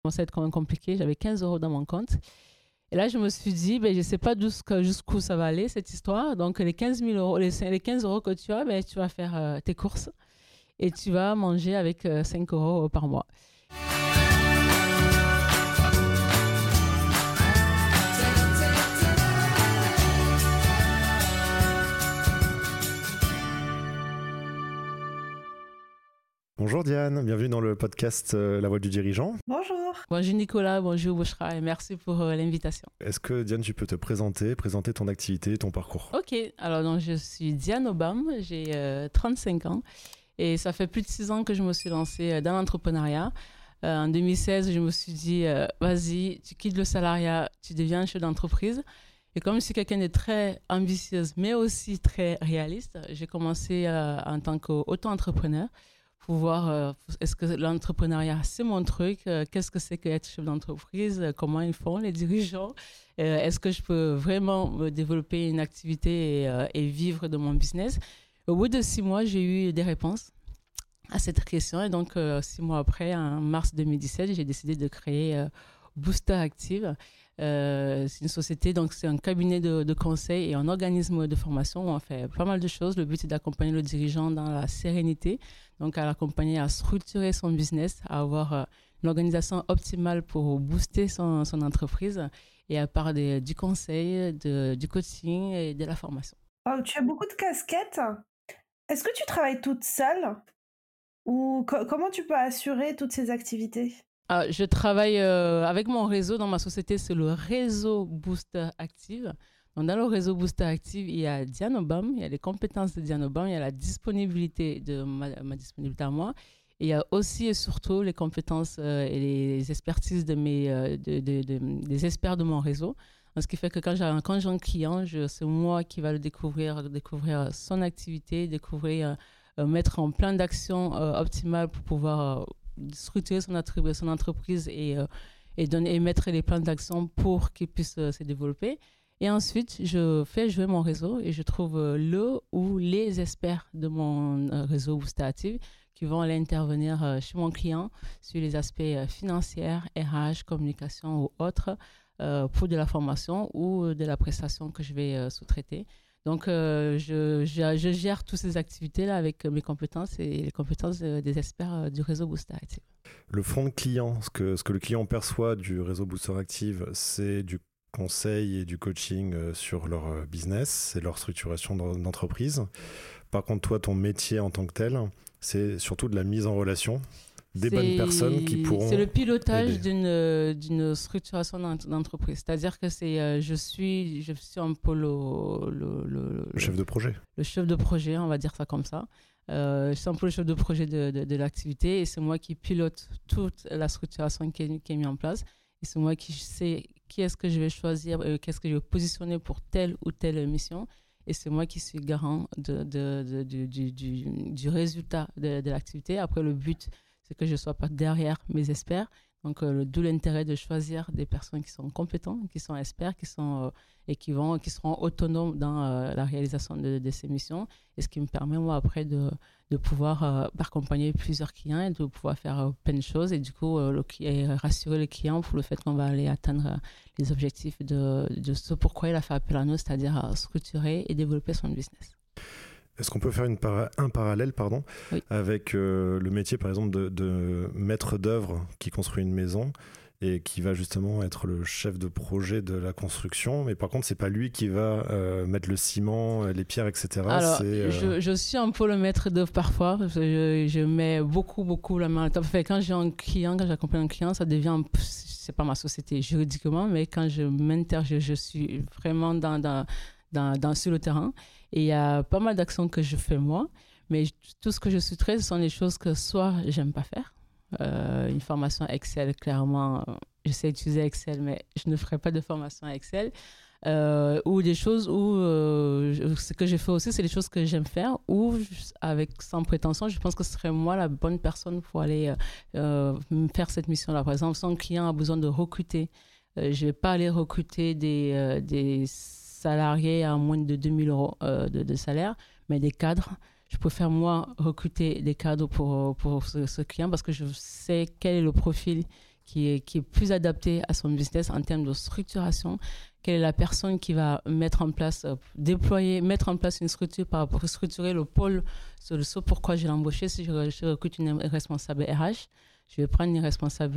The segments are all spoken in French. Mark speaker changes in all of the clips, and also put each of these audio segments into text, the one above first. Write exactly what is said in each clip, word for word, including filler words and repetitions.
Speaker 1: commençait à être quand même compliqué. J'avais quinze euros dans mon compte. Et là, je me suis dit, ben, je ne sais pas jusqu'où ça va aller, cette histoire. Donc, les quinze mille euros, les, les quinze euros que tu as, ben, tu vas faire euh, tes courses et tu vas manger avec euh, cinq euros par mois.
Speaker 2: Bonjour Diane, bienvenue dans le podcast euh, La Voix du Dirigeant.
Speaker 3: Bonjour.
Speaker 1: Bonjour Nicolas, bonjour Bouchra et merci pour euh, l'invitation.
Speaker 2: Est-ce que Diane, tu peux te présenter, présenter ton activité, ton parcours?
Speaker 1: Ok, alors donc, je suis Diane Obam, j'ai euh, trente-cinq ans et ça fait plus de six ans que je me suis lancée dans l'entrepreneuriat. Euh, en deux mille seize, je me suis dit, euh, vas-y, tu quittes le salariat, tu deviens chef d'entreprise. Et comme je suis quelqu'un de très ambitieuse, mais aussi très réaliste, j'ai commencé euh, en tant qu'auto-entrepreneur pour voir euh, est-ce que l'entrepreneuriat, c'est mon truc, euh, qu'est-ce que c'est qu'être chef d'entreprise, euh, comment ils font les dirigeants, euh, est-ce que je peux vraiment me développer une activité et, euh, et vivre de mon business. Au bout de six mois, j'ai eu des réponses à cette question et donc euh, six mois après, en mars deux mille dix-sept, j'ai décidé de créer euh, Booster Active. Euh, c'est une société, donc c'est un cabinet de, de conseil et un organisme de formation où on fait pas mal de choses. Le but est d'accompagner le dirigeant dans la sérénité, donc à l'accompagner à structurer son business, à avoir euh, une organisation optimale pour booster son, son entreprise et à part des, du conseil, de, du coaching et de la formation.
Speaker 3: Oh, tu as beaucoup de casquettes. Est-ce que tu travailles toute seule ou co- comment tu peux assurer toutes ces activités?
Speaker 1: Ah, je travaille euh, avec mon réseau dans ma société, c'est le réseau Booster Active. Donc, dans le réseau Booster Active, il y a Diane Obam, il y a les compétences de Diane Obam, il y a la disponibilité de ma, ma disponibilité à moi. Et il y a aussi et surtout les compétences euh, et les expertises de mes, euh, de, de, de, des experts de mon réseau. Ce qui fait que quand j'ai, quand j'ai un client, je, c'est moi qui va le découvrir, découvrir son activité, découvrir, euh, mettre en plan d'action euh, optimal pour pouvoir euh, structurer son, attrib- son entreprise et, euh, et, donner, et mettre les plans d'action pour qu'il puisse euh, se développer. Et ensuite, je fais jouer mon réseau et je trouve euh, le ou les experts de mon euh, réseau Booster Active qui vont aller intervenir euh, chez mon client sur les aspects euh, financiers, R H, communication ou autres euh, pour de la formation ou de la prestation que je vais euh, sous-traiter. Donc, euh, je, je, je gère toutes ces activités-là avec mes compétences et les compétences des experts du réseau Booster Active.
Speaker 2: Le front de client, ce que, ce que le client perçoit du réseau Booster Active, c'est du conseil et du coaching sur leur business, c'est leur structuration d'entreprise. Par contre, toi, ton métier en tant que tel, c'est surtout de la mise en relation des
Speaker 1: c'est,
Speaker 2: bonnes personnes qui pourront
Speaker 1: c'est le pilotage
Speaker 2: aider.
Speaker 1: d'une, d'une structuration d'entreprise. C'est-à-dire que c'est, euh, je, suis, je suis un peu le, le, le,
Speaker 2: le chef de projet.
Speaker 1: Le chef de projet, on va dire ça comme ça. Euh, je suis un peu le chef de projet de, de, de l'activité et c'est moi qui pilote toute la structuration qui est, qui est mise en place. Et c'est moi qui sais qui est-ce que je vais choisir, euh, qu'est-ce que je vais positionner pour telle ou telle mission. Et c'est moi qui suis garant de, de, de, de, du, du, du résultat de, de l'activité. Après, le but, c'est que je ne sois pas derrière mes experts. Donc, euh, d'où l'intérêt de choisir des personnes qui sont compétentes, qui sont experts, qui, sont, euh, et qui, vont, qui seront autonomes dans euh, la réalisation de, de ces missions. Et ce qui me permet, moi, après, de, de pouvoir euh, accompagner plusieurs clients et de pouvoir faire euh, plein de choses. Et du coup, euh, le, et rassurer les clients pour le fait qu'on va aller atteindre euh, les objectifs de, de ce pourquoi il a fait appel à nous, c'est-à-dire euh, structurer et développer son business.
Speaker 2: Est-ce qu'on peut faire une para- un parallèle pardon,
Speaker 1: oui.
Speaker 2: avec euh, le métier, par exemple, de, de maître d'œuvre qui construit une maison et qui va justement être le chef de projet de la construction, mais par contre, c'est pas lui qui va euh, mettre le ciment, les pierres, et cetera.
Speaker 1: Alors,
Speaker 2: c'est, euh...
Speaker 1: je, je suis un peu le maître d'œuvre parfois. Je, je mets beaucoup, beaucoup la main à la table. Enfin, quand j'ai un client, quand j'accompagne un client, ça devient, c'est pas ma société juridiquement, mais quand je m'interroge, je suis vraiment dans, dans, dans, dans, sur le terrain. Et il y a pas mal d'actions que je fais moi, mais tout ce que je sous-traite, ce sont des choses que soit j'aime pas faire. Euh, une formation Excel, clairement, je sais utiliser Excel, mais je ne ferai pas de formation Excel. Euh, ou des choses où euh, ce que je fais aussi, c'est des choses que j'aime faire, ou avec sans prétention, je pense que ce serait moi la bonne personne pour aller euh, faire cette mission-là. Par exemple, si un client a besoin de recruter, euh, je ne vais pas aller recruter des, euh, des salariés à moins de deux mille euros euh, de, de salaire, mais des cadres. Je préfère, moi, recruter des cadres pour, pour ce, ce client parce que je sais quel est le profil qui est, qui est plus adapté à son business en termes de structuration. Quelle est la personne qui va mettre en place, euh, déployer, mettre en place une structure par rapport à structurer le pôle sur ce pourquoi je l'ai embauché. Si je, je recrute une responsable R H, je vais prendre une responsable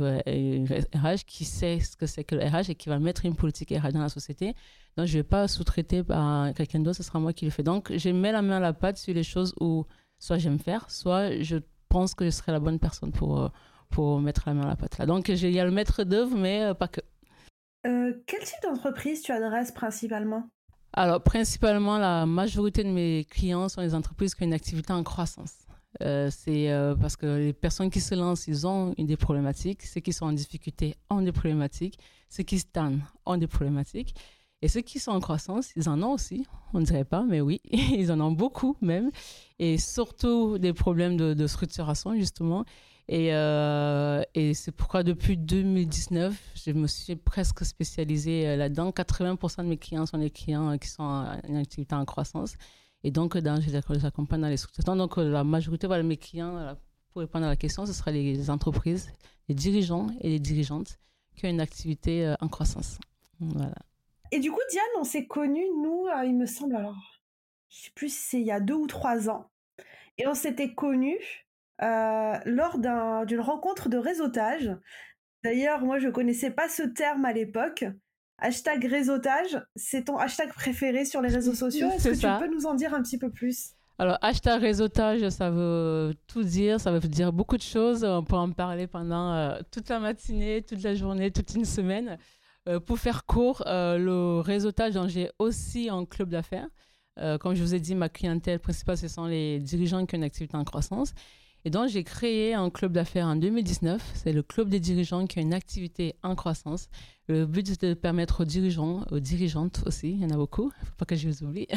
Speaker 1: R H qui sait ce que c'est que le R H et qui va mettre une politique R H dans la société. Donc, je ne vais pas sous-traiter par quelqu'un d'autre, ce sera moi qui le fais. Donc, je mets la main à la pâte sur les choses où soit j'aime faire, soit je pense que je serai la bonne personne pour, pour mettre la main à la pâte. Là. Donc, il y a le maître d'œuvre, mais pas que.
Speaker 3: Euh, quel type d'entreprise tu adresses principalement ?
Speaker 1: Alors, principalement, la majorité de mes clients sont des entreprises qui ont une activité en croissance. Euh, c'est euh, parce que les personnes qui se lancent, ils ont des problématiques. Ceux qui sont en difficulté ont des problématiques. Ceux qui stagnent ont des problématiques. Et ceux qui sont en croissance, ils en ont aussi. On ne dirait pas, mais oui, ils en ont beaucoup même. Et surtout des problèmes de, de structuration, justement. Et, euh, et c'est pourquoi depuis deux mille dix-neuf, je me suis presque spécialisée là-dedans. quatre-vingts pour cent de mes clients sont des clients qui sont en, en activité en croissance. Et donc, dans, je les accompagne dans les structurations. Donc, la majorité voilà, de mes clients, pour répondre à la question, ce sera les entreprises, les dirigeants et les dirigeantes qui ont une activité en croissance. Voilà.
Speaker 3: Et du coup, Diane, on s'est connus, nous, euh, il me semble, alors, je ne sais plus si c'est il y a deux ou trois ans. Et on s'était connus euh, lors d'un, d'une rencontre de réseautage. D'ailleurs, moi, je ne connaissais pas ce terme à l'époque. Hashtag réseautage, c'est ton hashtag préféré sur les réseaux sociaux. Est-ce que ça. Tu peux nous en dire un petit peu plus ?
Speaker 1: Alors, hashtag réseautage, ça veut tout dire, ça veut dire beaucoup de choses. On peut en parler pendant euh, toute la matinée, toute la journée, toute une semaine. Euh, pour faire court, euh, le réseautage, donc j'ai aussi un club d'affaires. Euh, comme je vous ai dit, ma clientèle principale, ce sont les dirigeants qui ont une activité en croissance. Et donc, j'ai créé un club d'affaires en deux mille dix-neuf. C'est le club des dirigeants qui ont une activité en croissance. Le but, c'est de permettre aux dirigeants, aux dirigeantes aussi, il y en a beaucoup, il ne faut pas que je les oublie,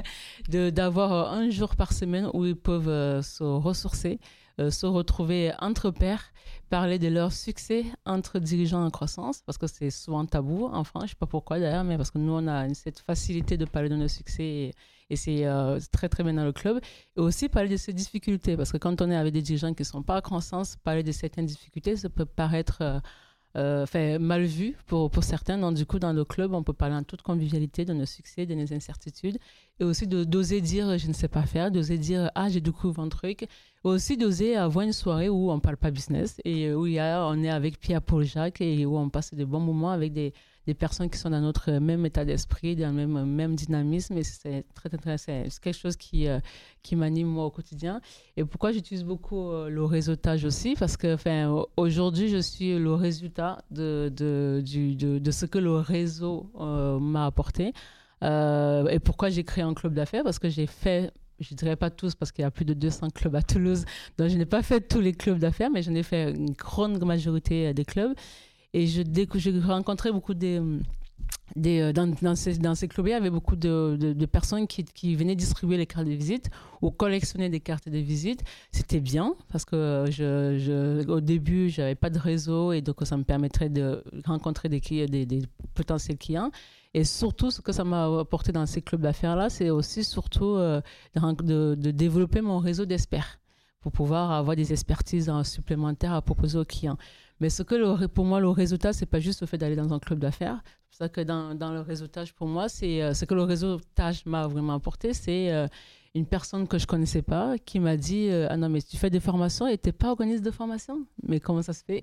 Speaker 1: de, d'avoir un jour par semaine où ils peuvent euh, se ressourcer, euh, se retrouver entre pairs, parler de leur succès entre dirigeants en croissance, parce que c'est souvent tabou en France, je ne sais pas pourquoi d'ailleurs, mais parce que nous, on a cette facilité de parler de nos succès et, et c'est euh, très, très bien dans le club. Et aussi parler de ces difficultés, parce que quand on est avec des dirigeants qui ne sont pas en croissance, parler de certaines difficultés, ça peut paraître... Euh, Euh, fait, mal vu pour, pour certains. Donc, du coup, dans le club, on peut parler en toute convivialité de nos succès, de nos incertitudes et aussi de, d'oser dire je ne sais pas faire, d'oser dire ah, j'ai découvert un truc. Et aussi d'oser avoir une soirée où on ne parle pas business et où il y a, on est avec Pierre, Paul, Jacques et où on passe de bons moments avec des, des personnes qui sont dans notre même état d'esprit, dans le même, même dynamisme. Et c'est très, très, très, c'est quelque chose qui, euh, qui m'anime moi au quotidien. Et pourquoi j'utilise beaucoup euh, le réseautage aussi? Parce que aujourd'hui, je suis le résultat de, de, du, de, de ce que le réseau euh, m'a apporté. Euh, et pourquoi j'ai créé un club d'affaires? Parce que j'ai fait, je ne dirais pas tous, parce qu'il y a plus de deux cents clubs à Toulouse. Donc, je n'ai pas fait tous les clubs d'affaires, mais j'en ai fait une grande majorité des clubs. Et je, j'ai rencontré beaucoup des... Des, dans, dans, ces, dans ces clubs, il y avait beaucoup de, de, de personnes qui, qui venaient distribuer les cartes de visite ou collectionner des cartes de visite. C'était bien parce que je, je, au début, je n'avais pas de réseau et donc ça me permettrait de rencontrer des, des, des potentiels clients. Et surtout, ce que ça m'a apporté dans ces clubs d'affaires-là, c'est aussi surtout euh, de, de développer mon réseau d'experts pour pouvoir avoir des expertises supplémentaires à proposer aux clients. Mais ce que le, pour moi, le résultat, ce n'est pas juste le fait d'aller dans un club d'affaires. C'est pour ça que dans, dans le réseautage, pour moi, c'est euh, ce que le réseautage m'a vraiment apporté. C'est euh, une personne que je ne connaissais pas qui m'a dit euh, « Ah non, mais tu fais des formations et tu n'es pas organisme de formation ?» Mais comment ça se fait?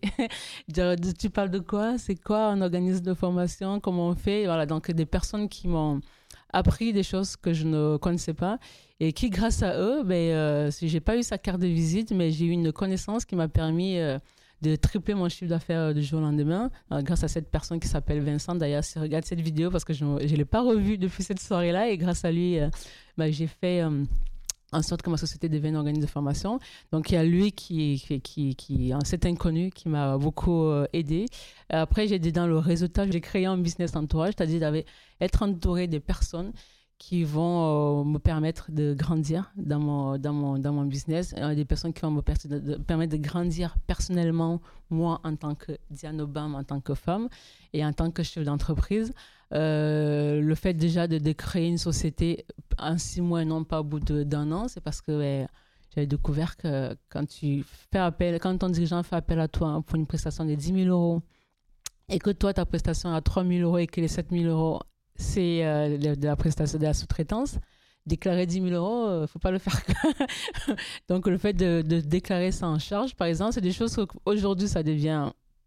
Speaker 1: Tu parles de quoi? C'est quoi un organisme de formation? Comment on fait? Voilà, donc des personnes qui m'ont appris des choses que je ne connaissais pas et qui, grâce à eux, ben, euh, si je n'ai pas eu sa carte de visite, mais j'ai eu une connaissance qui m'a permis... Euh, de tripler mon chiffre d'affaires du jour au lendemain, euh, grâce à cette personne qui s'appelle Vincent. D'ailleurs, si regarde cette vidéo, parce que je ne l'ai pas revue depuis cette soirée-là, et grâce à lui, euh, bah, j'ai fait euh, en sorte que ma société devienne un organisme de formation. Donc, il y a lui qui, qui, qui, qui cet inconnu qui m'a beaucoup euh, aidé. Après, j'ai dit dans le réseautage, j'ai créé un business entourage, c'est-à-dire d'être entouré des personnes qui vont euh, me permettre de grandir dans mon, dans mon, dans mon business, euh, des personnes qui vont me per- de, de, permettre de grandir personnellement, moi en tant que Diane Aubin, en tant que femme et en tant que chef d'entreprise. Euh, le fait déjà de, de créer une société en six mois et non pas au bout de, d'un an, c'est parce que ouais, j'avais découvert que quand tu fais appel, quand ton dirigeant fait appel à toi pour une prestation de dix mille euros et que toi, ta prestation est à trois mille euros et que les sept mille euros, c'est euh, de, de la prestation de la sous-traitance, déclarer dix mille euros, il ne faut pas le faire. Donc, le fait de, de déclarer ça en charge, par exemple, c'est des choses qu'aujourd'hui, ça devient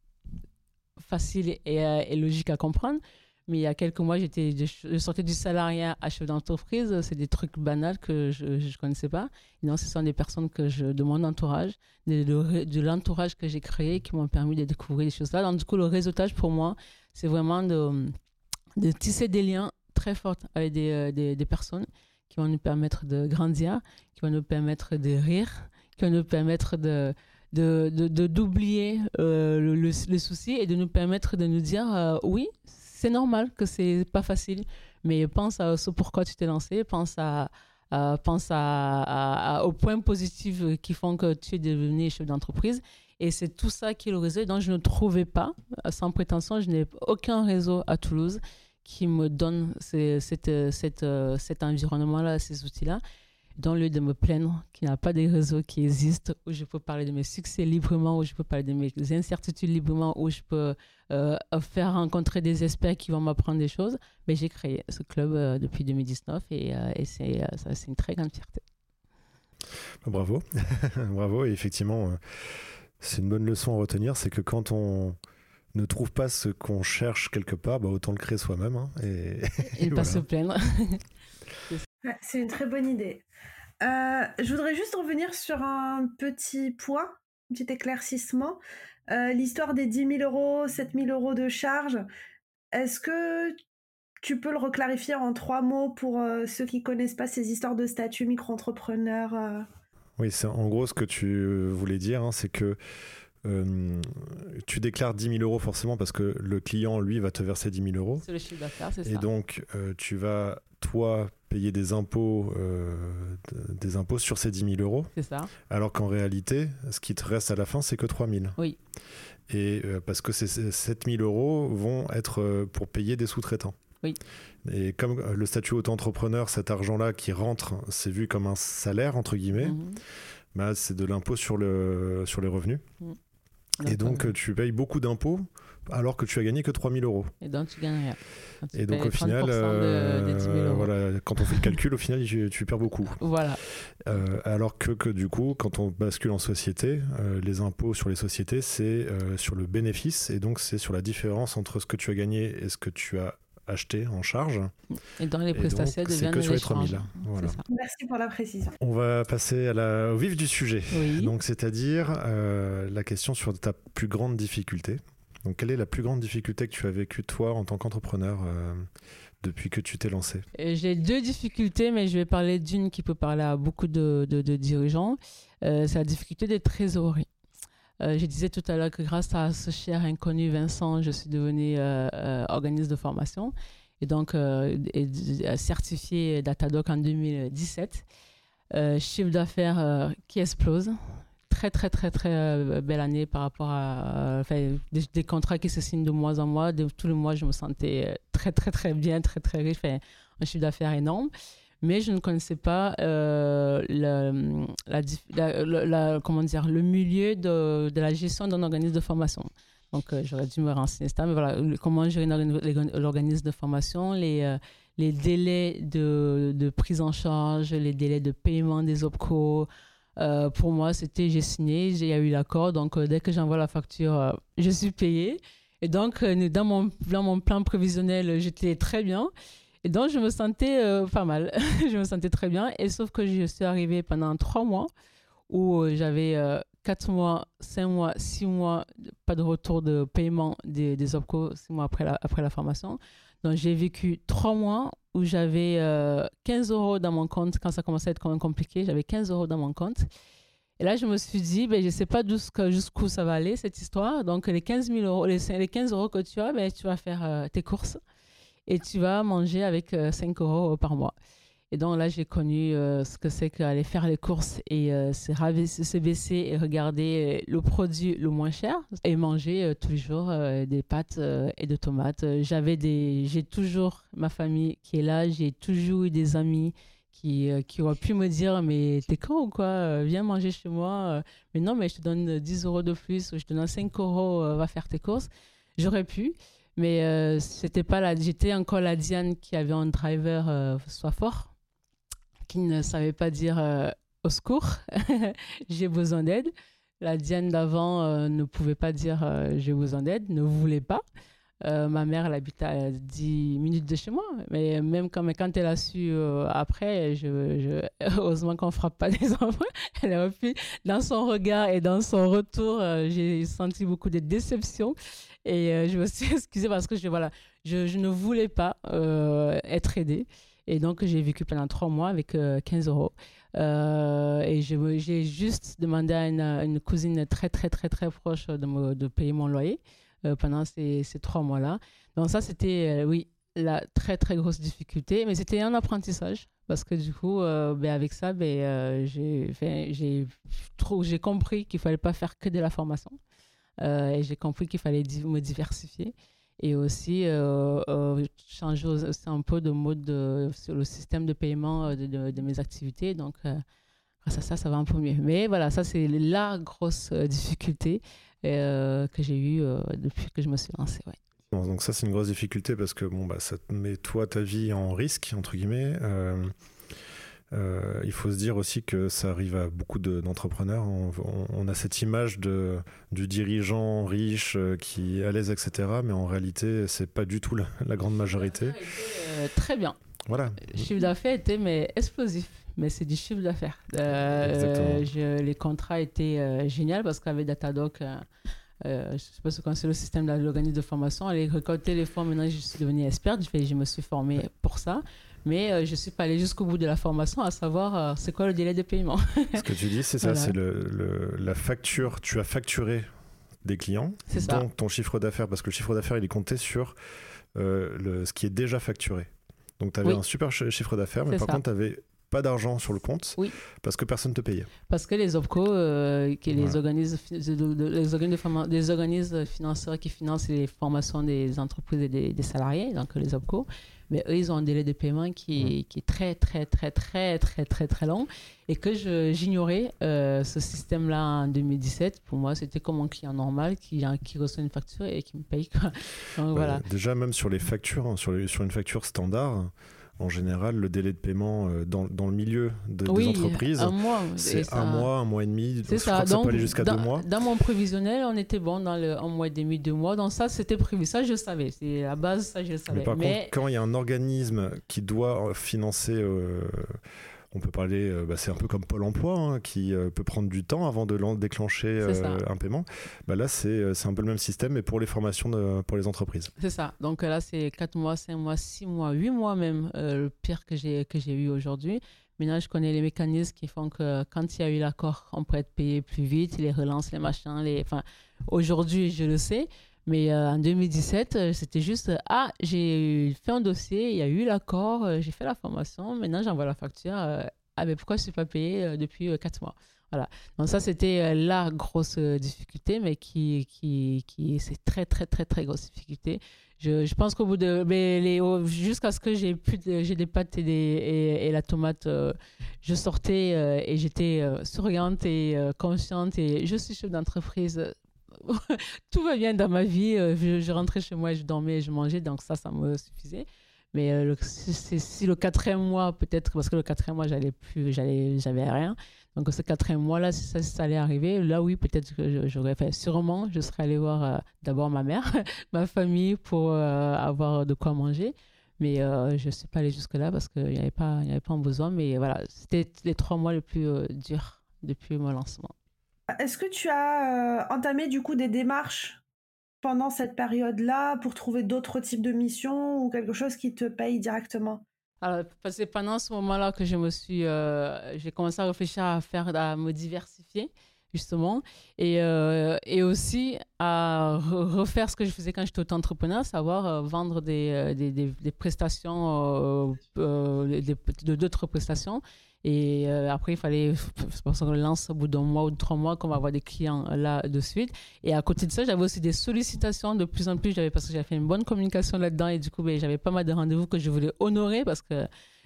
Speaker 1: facile et, euh, et logique à comprendre. Mais il y a quelques mois, j'étais, je sortais du salariat à chef d'entreprise. C'est des trucs banals que je ne connaissais pas. Et non, ce sont des personnes que je, de mon entourage, de, de, de l'entourage que j'ai créé, qui m'ont permis de découvrir des choses-là. Donc, du coup, le réseautage, pour moi, c'est vraiment de, de tisser des liens très forts avec des, euh, des, des personnes qui vont nous permettre de grandir, qui vont nous permettre de rire, qui vont nous permettre de... De, de, de, d'oublier euh, le, le, le souci et de nous permettre de nous dire euh, oui, c'est normal que c'est pas facile, mais pense à ce pourquoi tu t'es lancé, pense à, à pense à, à, à, aux points positifs qui font que tu es devenu chef d'entreprise. Et c'est tout ça qui est le réseau. Donc je ne trouvais pas, sans prétention, je n'ai aucun réseau à Toulouse qui me donne ces, cette, cette, cet environnement-là, ces outils-là. Dans le lieu de me plaindre qu'il n'y a pas de réseau qui existe, où je peux parler de mes succès librement, où je peux parler de mes incertitudes librement, où je peux euh, faire rencontrer des experts qui vont m'apprendre des choses, mais j'ai créé ce club euh, depuis deux mille dix-neuf et, euh, et c'est, euh, ça, c'est une très grande fierté.
Speaker 2: Bravo, bravo. Et effectivement, euh, c'est une bonne leçon à retenir, c'est que quand on ne trouve pas ce qu'on cherche quelque part, bah, autant le créer soi-même. Hein, et
Speaker 1: et pas voilà. Se plaindre.
Speaker 3: Ouais, c'est une très bonne idée. Euh, je voudrais juste revenir sur un petit point, un petit éclaircissement. Euh, l'histoire des dix mille euros, sept mille euros de charge, est-ce que tu peux le reclarifier en trois mots pour euh, ceux qui ne connaissent pas ces histoires de statut micro-entrepreneur euh...
Speaker 2: Oui, c'est en gros ce que tu voulais dire, hein, c'est que Euh, tu déclares dix mille euros forcément parce que le client, lui, va te verser dix mille euros.
Speaker 1: C'est le chiffre d'affaires, c'est
Speaker 2: et
Speaker 1: ça.
Speaker 2: Et donc, euh, tu vas, toi, payer des impôts, euh, des impôts sur ces dix mille euros.
Speaker 1: C'est ça.
Speaker 2: Alors qu'en réalité, ce qui te reste à la fin, c'est que trois mille.
Speaker 1: Oui.
Speaker 2: Et euh, parce que ces sept mille euros vont être euh, pour payer des sous-traitants.
Speaker 1: Oui.
Speaker 2: Et comme le statut auto-entrepreneur, cet argent-là qui rentre, c'est vu comme un salaire, entre guillemets, mmh. bah, c'est de l'impôt sur, le, sur les revenus. Mmh. Et donc, tu payes beaucoup d'impôts alors que tu as gagné que trois mille euros.
Speaker 1: Et donc, tu gagnes rien.
Speaker 2: Et donc, au final, euh, de, voilà, quand on fait le calcul, au final, tu, tu perds beaucoup.
Speaker 1: Voilà.
Speaker 2: Euh, alors que, que, du coup, quand on bascule en société, euh, les impôts sur les sociétés, c'est euh, sur le bénéfice. Et donc, c'est sur la différence entre ce que tu as gagné et ce que tu as acheté en charge.
Speaker 1: Et dans les prestations,
Speaker 2: c'est que sur les trois mille. Voilà.
Speaker 3: Merci pour la précision.
Speaker 2: On va passer à la, au vif du sujet.
Speaker 1: Oui.
Speaker 2: Donc, c'est-à-dire euh, la question sur ta plus grande difficulté. Donc, quelle est la plus grande difficulté que tu as vécue, toi, en tant qu'entrepreneur, euh, depuis que tu t'es lancé ?
Speaker 1: J'ai deux difficultés, mais je vais parler d'une qui peut parler à beaucoup de, de, de dirigeants. Euh, c'est la difficulté de trésorerie. Euh, je disais tout à l'heure que grâce à ce cher inconnu Vincent, je suis devenue euh, euh, organisme de formation et donc euh, et, et, certifié Datadoc en deux mille dix-sept. Euh, chiffre d'affaires euh, qui explose. Très, très, très, très euh, belle année par rapport à euh, des, des contrats qui se signent de mois en mois. De, tous les mois, je me sentais très, très, très bien, très, très riche. Enfin, un chiffre d'affaires énorme. Mais je ne connaissais pas euh, le, la, la, la, comment dire, le milieu de, de la gestion d'un organisme de formation. Donc, euh, j'aurais dû me renseigner ça. Mais voilà, comment gérer l'organisme de formation, les, euh, les délais de, de prise en charge, les délais de paiement des OPCO. Euh, pour moi, c'était j'ai signé, il y a eu l'accord. Donc, euh, dès que j'envoie la facture, euh, je suis payée. Et donc, euh, dans, mon, dans mon plan prévisionnel, j'étais très bien. Et donc, je me sentais euh, pas mal. Je me sentais très bien. Et sauf que je suis arrivée pendant trois mois où euh, j'avais euh, quatre mois, cinq mois, six mois, pas de retour de paiement des, des OPCO, six mois après la, après la formation. Donc, j'ai vécu trois mois où j'avais euh, quinze euros dans mon compte. Quand ça commençait à être quand même compliqué, j'avais quinze euros dans mon compte. Et là, je me suis dit, ben, je ne sais pas jusqu'où ça va aller, cette histoire. Donc, les quinze mille euros, les, les quinze euros que tu as, ben, tu vas faire euh, tes courses. Et tu vas manger avec euh, cinq euros par mois. Et donc là, j'ai connu euh, ce que c'est qu'aller faire les courses et euh, se baisser et regarder le produit le moins cher et manger euh, tous les jours euh, des pâtes euh, et de tomates. J'avais des, j'ai toujours ma famille qui est là, j'ai toujours eu des amis qui, euh, qui aurait pu me dire mais t'es con ou quoi, euh, viens manger chez moi, euh, mais non mais je te donne dix euros de plus ou je te donne cinq euros, euh, va faire tes courses. J'aurais pu, mais euh, c'était pas la, j'étais encore la Diane qui avait un driver euh, soit fort, qui ne savait pas dire euh, au secours, j'ai besoin d'aide. La Diane d'avant euh, ne pouvait pas dire euh, j'ai besoin d'aide, ne voulait pas. Euh, ma mère, elle habite à dix minutes de chez moi, mais même quand, mais quand elle a su euh, après, je, je, heureusement qu'on ne frappe pas des enfants, elle aurait pu, dans son regard et dans son retour, euh, j'ai senti beaucoup de déception et euh, je me suis excusée parce que je, voilà, je, je ne voulais pas euh, être aidée. Et donc, j'ai vécu pendant trois mois avec euh, quinze euros. Euh, et je, j'ai juste demandé à une, une cousine très, très, très, très proche de, me, de payer mon loyer euh, pendant ces, ces trois mois-là. Donc ça, c'était, euh, oui, la très, très grosse difficulté. Mais c'était un apprentissage parce que du coup, euh, ben, avec ça, ben, euh, j'ai, fait, j'ai, trop, j'ai compris qu'il ne fallait pas faire que de la formation. Euh, et j'ai compris qu'il fallait di- me diversifier. Et aussi euh, euh, changer aussi un peu de mode de, sur le système de paiement de, de, de mes activités. Donc, euh, grâce à ça, ça va un peu mieux. Mais voilà, ça, c'est la grosse euh, difficulté euh, que j'ai eue euh, depuis que je me suis lancée. Ouais.
Speaker 2: Donc ça, c'est une grosse difficulté parce que bon, bah, ça te met toi, ta vie en risque, entre guillemets. Euh, euh, il faut se dire aussi que ça arrive à beaucoup de, d'entrepreneurs. On, on, on a cette image de, du dirigeant riche euh, qui est à l'aise, et cetera. Mais en réalité, c'est pas du tout la, la grande majorité.
Speaker 1: Euh, très bien.
Speaker 2: Voilà.
Speaker 1: Le chiffre d'affaires était mais, explosif, mais c'est du chiffre d'affaires. Euh,
Speaker 2: Exactement.
Speaker 1: Je, les contrats étaient euh, géniaux parce qu'avec Datadoc, euh, euh, je ne sais pas si vous connaissez le système de l'organisme de formation, elle récoltait les fonds. Maintenant, je suis devenue experte, je, je me suis formée pour ça. Mais euh, je ne suis pas allée jusqu'au bout de la formation, à savoir euh, c'est quoi le délai de paiement.
Speaker 2: Ce que tu dis, c'est ça, voilà. C'est le, le, la facture. Tu as facturé des clients,
Speaker 1: c'est
Speaker 2: donc
Speaker 1: ça.
Speaker 2: ton chiffre d'affaires, parce que le chiffre d'affaires, il est compté sur euh, le, ce qui est déjà facturé. Donc tu avais oui. un super chiffre d'affaires, mais c'est par ça. Contre, tu n'avais pas d'argent sur le compte
Speaker 1: oui.
Speaker 2: parce que personne ne te payait.
Speaker 1: Parce que les OPCO, euh, qui les, voilà. organismes, de, de, les, organismes de, les organismes financeurs qui financent les formations des entreprises et des, des salariés, donc les OPCO, mais eux, ils ont un délai de paiement qui, mmh. qui est très, très, très, très, très, très, très long et que je, j'ignorais euh, ce système-là en deux mille dix-sept. Pour moi, c'était comme un client normal qui, qui reçoit une facture et qui me paye. Quoi. Donc, euh, voilà.
Speaker 2: Déjà, même sur les factures, hein, sur, les, sur une facture standard, en général, le délai de paiement euh, dans, dans le milieu de,
Speaker 1: oui,
Speaker 2: des entreprises,
Speaker 1: un mois,
Speaker 2: c'est
Speaker 1: ça...
Speaker 2: un mois, un mois et demi.
Speaker 1: C'est
Speaker 2: je
Speaker 1: ça.
Speaker 2: crois que
Speaker 1: donc,
Speaker 2: ça peut aller jusqu'à
Speaker 1: dans,
Speaker 2: deux mois.
Speaker 1: Dans mon prévisionnel, on était bon dans le un mois et demi, deux mois. Donc ça, c'était prévu. Ça, je savais. C'est la base, ça, je le savais.
Speaker 2: Mais par
Speaker 1: Mais...
Speaker 2: contre, quand il y a un organisme qui doit financer... Euh, on peut parler, euh, bah, c'est un peu comme Pôle emploi, hein, qui euh, peut prendre du temps avant de déclencher euh, un paiement. Bah, là, c'est, c'est un peu le même système, mais pour les formations de, pour les entreprises.
Speaker 1: C'est ça. Donc là, c'est quatre mois, cinq mois, six mois, huit mois même, euh, le pire que j'ai, que j'ai eu aujourd'hui. Maintenant, je connais les mécanismes qui font que quand il y a eu l'accord, on peut être payé plus vite, les relances, les machins. Les... Enfin, aujourd'hui, je le sais. Mais euh, en deux mille dix-sept, euh, c'était juste euh, ah, j'ai fait un dossier, il y a eu l'accord, euh, j'ai fait la formation, maintenant j'envoie la facture. Euh, ah, mais pourquoi je ne suis pas payée euh, depuis euh, quatre mois? Voilà. Donc, ça, c'était euh, la grosse euh, difficulté, mais qui, qui, qui, c'est très, très, très, très grosse difficulté. Je, je pense qu'au bout de. Mais les, jusqu'à ce que j'ai, plus de, j'ai des pâtes et, des, et, et la tomate, euh, je sortais euh, et j'étais euh, souriante et euh, consciente et je suis chef d'entreprise. Tout va bien dans ma vie. Je, je rentrais chez moi, je dormais, je mangeais, donc ça, ça me suffisait. Mais euh, le, si, si le quatrième mois, peut-être, parce que le quatrième mois, j'allais plus, j'allais, j'avais rien. Donc ce quatrième mois-là, si ça, si ça allait arriver, là oui, peut-être que j'aurais fait. Sûrement, je serais allée voir euh, d'abord ma mère, ma famille, pour euh, avoir de quoi manger. Mais euh, je ne suis pas allée jusque-là parce qu'il n'y avait pas, il n'y avait pas besoin. Mais voilà, c'était les trois mois les plus euh, durs depuis mon lancement.
Speaker 3: Est-ce que tu as euh, entamé du coup des démarches pendant cette période-là pour trouver d'autres types de missions ou quelque chose qui te paye directement?
Speaker 1: Alors, c'est pendant ce moment-là que je me suis, euh, j'ai commencé à réfléchir à faire, à me diversifier justement, et euh, et aussi à re- refaire ce que je faisais quand j'étais auto-entrepreneur, savoir euh, vendre des, euh, des des des prestations, euh, euh, des, de d'autres prestations. Et euh, après, il fallait, c'est parce qu'on lance au bout d'un mois ou de trois mois qu'on va avoir des clients là de suite. Et à côté de ça, j'avais aussi des sollicitations de plus en plus, j'avais, parce que j'avais fait une bonne communication là-dedans. Et du coup, ben, j'avais pas mal de rendez-vous que je voulais honorer parce que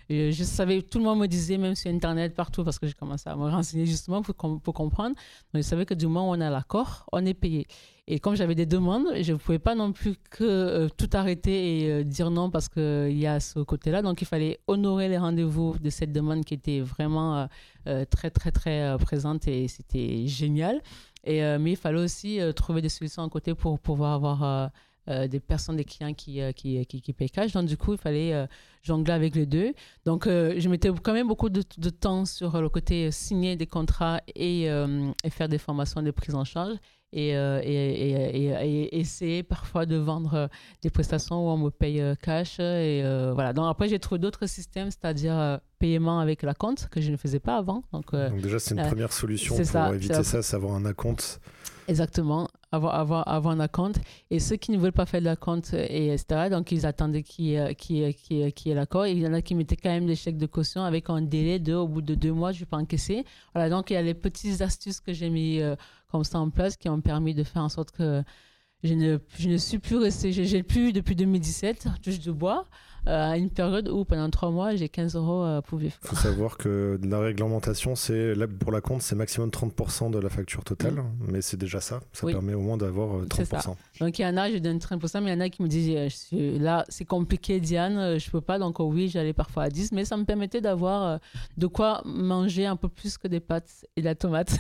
Speaker 1: Et je savais, tout le monde me disait, même sur Internet, partout, parce que j'ai commencé à me renseigner justement pour, pour comprendre. Donc, je savais que du moment où on a l'accord, on est payé. Et comme j'avais des demandes, je ne pouvais pas non plus que euh, tout arrêter et euh, dire non parce qu'il y a ce côté-là. Donc, il fallait honorer les rendez-vous de cette demande qui était vraiment euh, euh, très, très, très euh, présente et c'était génial. Et, euh, mais il fallait aussi euh, trouver des solutions à côté pour pouvoir avoir euh, euh, des personnes, des clients qui, euh, qui, qui, qui payent cash. Donc, du coup, il fallait euh, jongler avec les deux. Donc, euh, je mettais quand même beaucoup de, de temps sur le côté signer des contrats et, euh, et faire des formations de prise en charge. Et, euh, et, et, et, et essayer parfois de vendre des prestations où on me paye cash. Et euh, voilà. Donc, après, j'ai trouvé d'autres systèmes, c'est-à-dire euh, paiement avec la compte, que je ne faisais pas avant. Donc, euh,
Speaker 2: Donc déjà, c'est une euh, première solution pour
Speaker 1: ça,
Speaker 2: éviter ça, c'est avoir un acompte.
Speaker 1: Exactement, avoir, avoir, avoir un acompte. Et ceux qui ne veulent pas faire de l'acompte, et etc., donc ils attendaient qu'il y ait, qu'il y ait, qu'il y ait, qu'il y ait l'accord. Et il y en a qui mettaient quand même des chèques de caution avec un délai de, au bout de deux mois, je ne vais pas encaisser. Voilà, donc il y a les petites astuces que j'ai mis euh, comme ça en place qui ont permis de faire en sorte que je ne, je ne suis plus restée, je n'ai plus depuis deux mille dix-sept, touche de bois, à une période où pendant trois mois, j'ai quinze euros pour vivre.
Speaker 2: Il faut savoir que la réglementation, c'est, là, pour la compte, c'est maximum trente pour cent de la facture totale, mmh. mais c'est déjà ça. Ça oui. permet au moins d'avoir trente pour cent.
Speaker 1: Donc il y en a, je donne trente pour cent, mais il y en a qui me disent, je suis, là, c'est compliqué, Diane, je ne peux pas. Donc oui, j'allais parfois à dix, mais ça me permettait d'avoir de quoi manger un peu plus que des pâtes et de la tomate.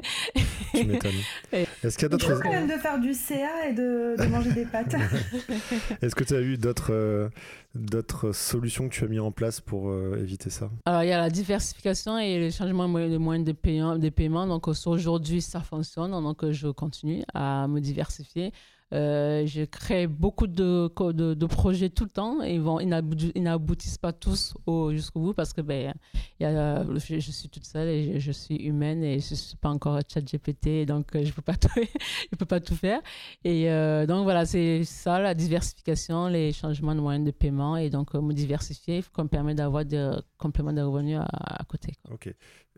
Speaker 2: Tu m'étonnes. Et... Est-ce qu'il y a d'autres...
Speaker 3: Il faut quand même de faire du C A et de, de manger des pâtes.
Speaker 2: Est-ce que tu as eu d'autres... Euh... d'autres solutions que tu as mis en place pour euh, éviter ça?
Speaker 1: Alors, il y a la diversification et le changement de moyens de paiement. De paiement. Donc, aujourd'hui, ça fonctionne. Donc, je continue à me diversifier. Euh, je crée beaucoup de, de, de projets tout le temps. Ils, vont, ils, n'aboutissent, ils n'aboutissent pas tous au, jusqu'au bout parce que ben, y a, je, je suis toute seule et je, je suis humaine et je ne suis pas encore ChatGPT, donc je ne peux, peux pas tout faire. Et euh, donc voilà, c'est ça la diversification, les changements de moyens de paiement et donc me diversifier, il faut qu'on me permette d'avoir des compléments de revenus à, à côté. Quoi.
Speaker 2: Ok.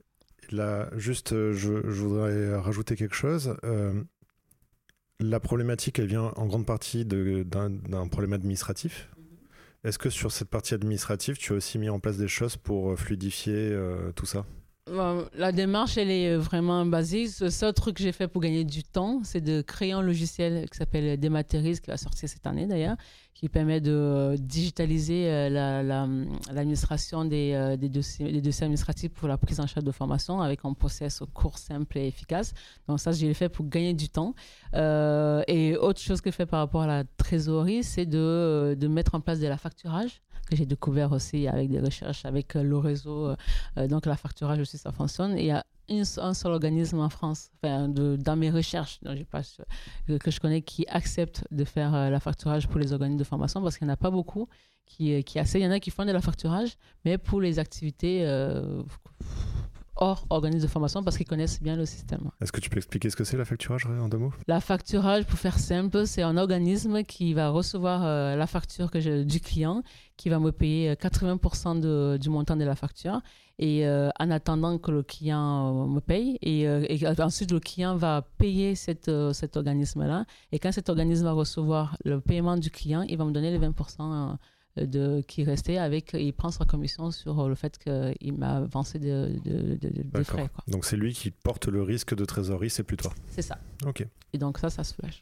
Speaker 2: Là, juste, je, je voudrais rajouter quelque chose. Euh, La problématique, elle vient en grande partie de, d'un, d'un problème administratif. Mm-hmm. Est-ce que sur cette partie administrative, tu as aussi mis en place des choses pour fluidifier euh, tout ça?
Speaker 1: Bon, la démarche, elle est vraiment basique. Le seul truc que j'ai fait pour gagner du temps, c'est de créer un logiciel qui s'appelle Dématérise, qui va sortir cette année d'ailleurs, qui permet de digitaliser la, la, l'administration des, des, dossiers, des dossiers administratifs pour la prise en charge de formation avec un process court, simple et efficace. Donc ça, je l'ai fait pour gagner du temps. Euh, et autre chose que je fais par rapport à la trésorerie, c'est de, de mettre en place de la facturage, que j'ai découvert aussi avec des recherches avec le réseau. Euh, donc, la facturage aussi, ça fonctionne. Et il y a une, un seul organisme en France, enfin, de, dans mes recherches, donc, pas, que je connais, qui accepte de faire euh, la facturage pour les organismes de formation parce qu'il n'y en a pas beaucoup qui, qui essaient. Il y en a qui font de la facturage, mais pour les activités euh, hors organisme de formation parce qu'ils connaissent bien le système.
Speaker 2: Est-ce que tu peux expliquer ce que c'est la facturage en deux mots? La
Speaker 1: facturage, pour faire simple, c'est un organisme qui va recevoir euh, la facture que je, du client, qui va me payer quatre-vingts pour cent de, du montant de la facture et euh, en attendant que le client euh, me paye et, euh, et ensuite le client va payer cette, euh, cet organisme-là et quand cet organisme va recevoir le paiement du client, il va me donner les vingt pour cent euh, De, qui restait avec, il prend sa commission sur le fait qu'il m'a avancé de, de, de, de, de frais. Quoi.
Speaker 2: Donc c'est lui qui porte le risque de trésorerie, c'est plus toi.
Speaker 1: C'est ça.
Speaker 2: Ok.
Speaker 1: Et donc ça, ça se soulage.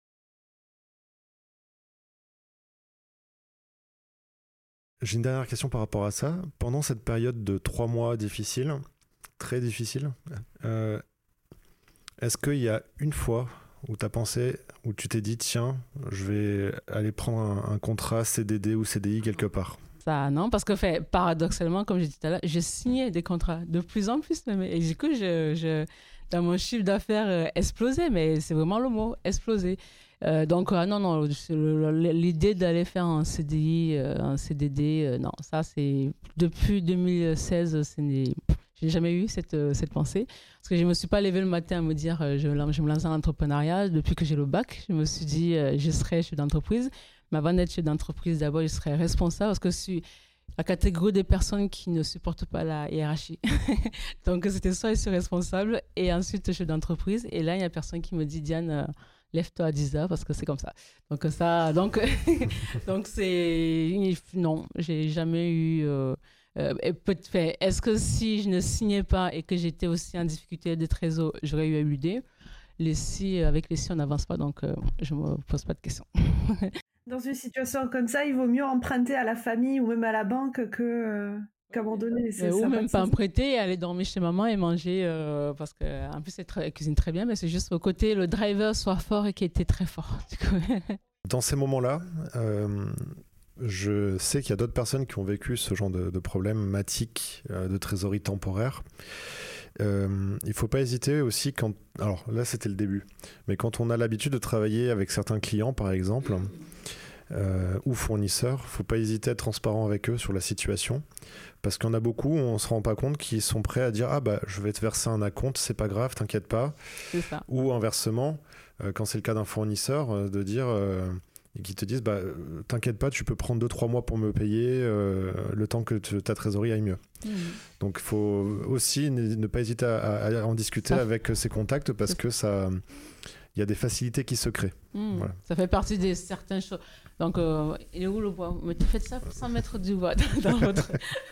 Speaker 2: J'ai une dernière question par rapport à ça. Pendant cette période de trois mois difficile, très difficile, euh, est-ce qu'il y a une fois où tu as pensé, où tu t'es dit, tiens, je vais aller prendre un, un contrat C D D ou C D I quelque part?
Speaker 1: Ça, non, parce que fait, paradoxalement, comme j'ai dit tout à l'heure, je signais des contrats de plus en plus. Même, et du coup, je, je, dans mon chiffre d'affaires euh, explosé, mais c'est vraiment le mot, explosé. Euh, donc, euh, non, non, l'idée d'aller faire un C D I, euh, un C D D, euh, non, ça, c'est depuis deux mille seize, c'est des... Je n'ai jamais eu cette, euh, cette pensée. Parce que je ne me suis pas levée le matin à me dire euh, je, je me lance dans l'entrepreneuriat. Depuis que j'ai le bac, je me suis dit euh, je serai chef d'entreprise. Mais avant d'être chef d'entreprise, d'abord, je serai responsable parce que je suis la catégorie des personnes qui ne supportent pas la hiérarchie. Donc, c'était soit je suis responsable et ensuite chef d'entreprise. Et là, il y a personne qui me dit Diane, euh, lève-toi à dix heures parce que c'est comme ça. Donc, ça, donc, donc c'est. Non, j'ai jamais eu. Euh, Euh, et peut- fait, est-ce que si je ne signais pas et que j'étais aussi en difficulté de trésor, j'aurais eu à l'aider? Les si, avec les si, on n'avance pas, donc euh, je ne me pose pas de questions.
Speaker 3: Dans une situation comme ça, il vaut mieux emprunter à la famille ou même à la banque que euh, qu'abandonner.
Speaker 1: Euh, ou même pas emprunter et aller dormir chez maman et manger, euh, parce qu'en plus, elle, tra- elle cuisine très bien, mais c'est juste au côté, le driver soit fort et qui était très fort. Du coup.
Speaker 2: Dans ces moments-là, euh, je sais qu'il y a d'autres personnes qui ont vécu ce genre de, de problématique euh, de trésorerie temporaire. Euh, il ne faut pas hésiter aussi quand... Alors là, c'était le début. Mais quand on a l'habitude de travailler avec certains clients, par exemple, euh, ou fournisseurs, il ne faut pas hésiter à être transparent avec eux sur la situation. Parce qu'il y en a beaucoup, on ne se rend pas compte, qui sont prêts à dire « Ah bah, je vais te verser un acompte, c'est pas grave, t'inquiète pas. »
Speaker 1: C'est ça.
Speaker 2: Ou inversement, euh, quand c'est le cas d'un fournisseur, euh, de dire... Euh, et qui te disent bah, « T'inquiète pas, tu peux prendre deux trois mois pour me payer euh, le temps que tu, ta trésorerie aille mieux. Mmh. » Donc il faut aussi ne, ne pas hésiter à, à en discuter ça. Avec ses contacts parce que ça, il y a des facilités qui se créent.
Speaker 1: Mmh.
Speaker 2: Voilà.
Speaker 1: Ça fait partie de certaines choses. Donc, euh, il est où le bois? Mais tu fais ça sans mettre du bois dans, dans votre...